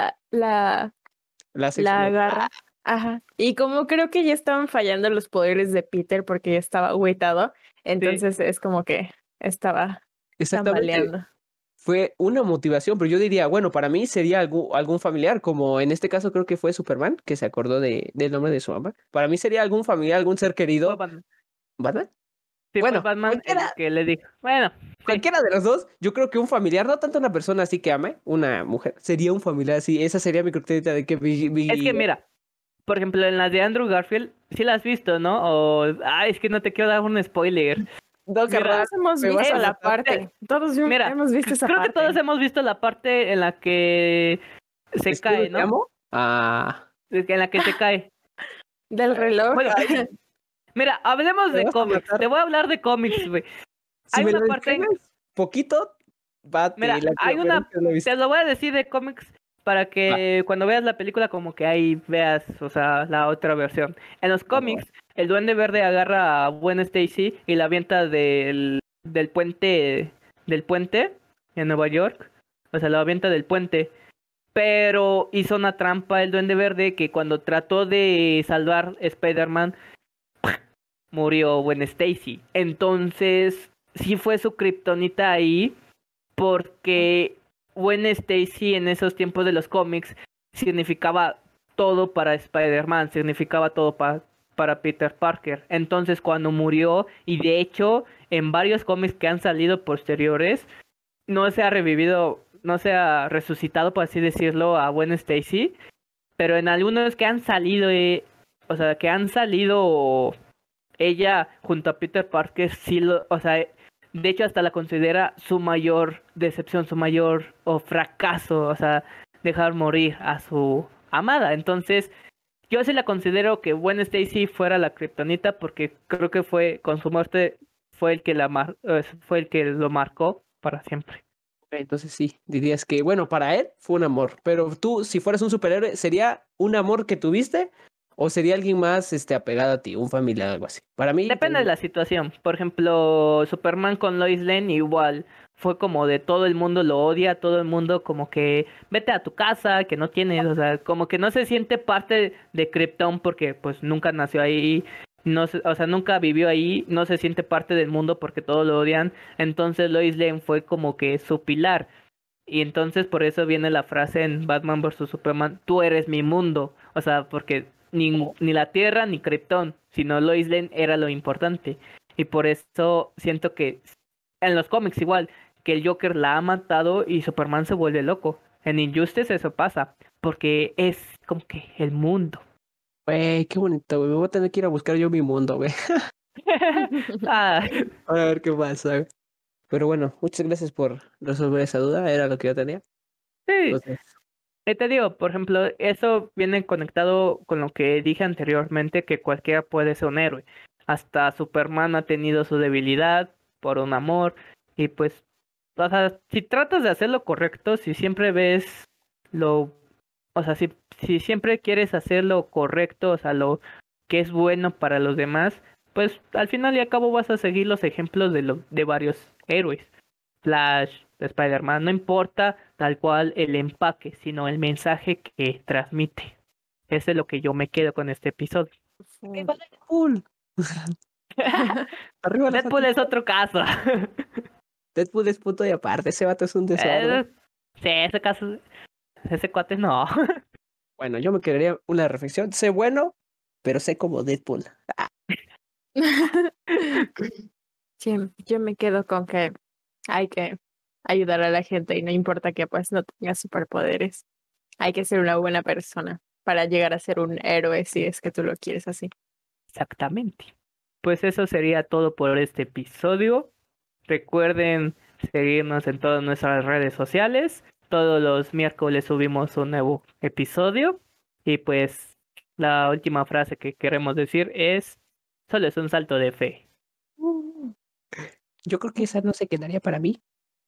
la la sexualidad. agarra. Ajá. Y como creo que ya estaban fallando los poderes de Peter porque ya estaba agüitado, entonces es como que estaba Exactamente. tambaleando. Fue una motivación, pero yo diría, bueno, para mí sería algún familiar, como en este caso creo que fue Superman, que se acordó del nombre de su mamá. Para mí sería algún familiar, algún ser fue querido. Batman. ¿Batman? Sí, fue Bueno, Batman el que le dijo. Bueno, sí. cualquiera de los dos, yo creo que un familiar, no tanto una persona así que ame, una mujer, sería un familiar así. Esa sería mi kriptonita de que Es que mira, por ejemplo, en las de Andrew Garfield, sí las has visto, ¿no? Es que no te quiero dar un spoiler. No, Mira, carnal, Todos hemos me vas visto a la matar. parte. Todos mira, hemos visto esa creo que todos parte. hemos visto la parte en la que se Escribe, cae, te ¿no? amo. Ah, En la que se cae. Del reloj. Bueno, ay, mira, hablemos me de vas a cómics. Te matar. voy a hablar de cómics, güey. Si Hay me lo una parte, describes poquito, bate, mira, la hay pero es una, que no lo he te visto. lo voy a decir de cómics para Va, que cuando veas la película como que ahí veas, o sea, la otra versión. En los va, va. cómics, el Duende Verde agarra a Gwen Stacy y la avienta del puente en Nueva York. O sea, la avienta del puente. Pero hizo una trampa el Duende Verde que cuando trató de salvar Spider-Man, murió Gwen Stacy. Entonces, sí fue su kriptonita ahí porque Gwen Stacy en esos tiempos de los cómics significaba todo para Spider-Man, significaba todo para Peter Parker. Entonces cuando murió, y de hecho en varios cómics que han salido posteriores, no se ha revivido, no se ha resucitado, por así decirlo, a Gwen Stacy, pero en algunos que han salido, o sea, que han salido ella junto a Peter Parker, sí o sea, de hecho hasta la considera su mayor decepción, su mayor fracaso, o sea, dejar morir a su amada. Entonces, yo sí la considero que Gwen Stacy fuera la kriptonita porque creo que fue con su muerte fue el que fue el que lo marcó para siempre. Entonces sí, dirías que, bueno, para él fue un amor, pero tú, si fueras un superhéroe, ¿sería un amor que tuviste o sería alguien más apegado a ti, un familiar, algo así? Para mí... Depende de la situación. Por ejemplo, Superman con Lois Lane igual fue como de todo el mundo lo odia, todo el mundo como que vete a tu casa, que no tienes, o sea, como que no se siente parte de Krypton porque pues nunca nació ahí, no o sea, nunca vivió ahí, no se siente parte del mundo porque todos lo odian. Entonces Lois Lane fue como que su pilar. Y entonces por eso viene la frase en Batman vs Superman, tú eres mi mundo. O sea, porque ni la Tierra ni Krypton, sino Lois Lane era lo importante. Y por eso siento que en los cómics igual, que el Joker la ha matado y Superman se vuelve loco. En Injustice eso pasa, porque es como que el mundo. Güey, qué bonito, güey. Me voy a tener que ir a buscar yo mi mundo, güey. Ah, A ver qué pasa, güey. Pero bueno, muchas gracias por resolver esa duda, era lo que yo tenía. sí, Entonces, te digo, por ejemplo, eso viene conectado con lo que dije anteriormente, que cualquiera puede ser un héroe. Hasta Superman ha tenido su debilidad por un amor. Y pues, o sea, si tratas de hacer lo correcto, si siempre ves lo, o sea, si siempre quieres hacer lo correcto, o sea, lo que es bueno para los demás, pues al final y al cabo vas a seguir los ejemplos de varios héroes. Flash, Spider-Man, no importa tal cual el empaque, sino el mensaje que transmite. Eso es lo que yo me quedo con este episodio. ¡Viva Deadpool! Arriba las Deadpool es antorchas. otro caso. Deadpool es punto y aparte, ese vato es un desorden. Sí, ese caso, ese cuate no. Bueno, yo me quedaría una reflexión. Sé bueno, pero sé como Deadpool. Sí, yo me quedo con que hay que ayudar a la gente y no importa que pues no tenga superpoderes. Hay que ser una buena persona para llegar a ser un héroe si es que tú lo quieres así. Exactamente. Pues eso sería todo por este episodio. Recuerden seguirnos en todas nuestras redes sociales. Todos los miércoles subimos un nuevo episodio. Y pues la última frase que queremos decir es, solo es un salto de fe. Yo creo que esa no se quedaría para mí.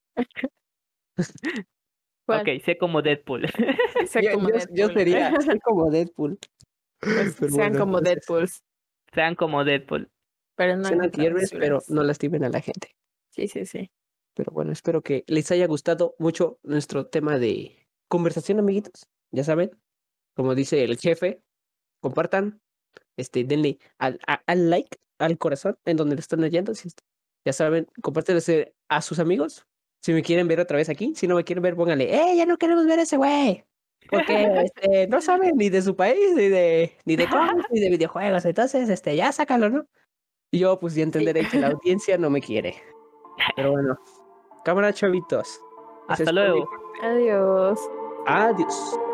¿Cuál? Ok, sé como Deadpool. Sé como Yo Deadpool. sería soy como Deadpool. Pues Pero sean bueno, como entonces, Deadpools, Sean como Deadpool. pero no sean en antihéroes, pero travesuras. no lastimen a la gente. Sí, sí, sí. Pero bueno, espero que les haya gustado mucho nuestro tema de conversación, amiguitos. Ya saben, como dice el jefe, compartan, denle al like, al corazón, en donde lo están oyendo. Ya saben, compártelo a sus amigos. Si me quieren ver otra vez aquí, si no me quieren ver, pónganle, ya no queremos ver a ese güey. Porque no saben ni de su país, ni de cómics, ni de videojuegos. Entonces, ya sácalo, ¿no? Y yo, pues, ya entenderé que la audiencia no me quiere. Pero bueno, cámara, chavitos. Ese Hasta es por mi luego. parte. Adiós. Adiós.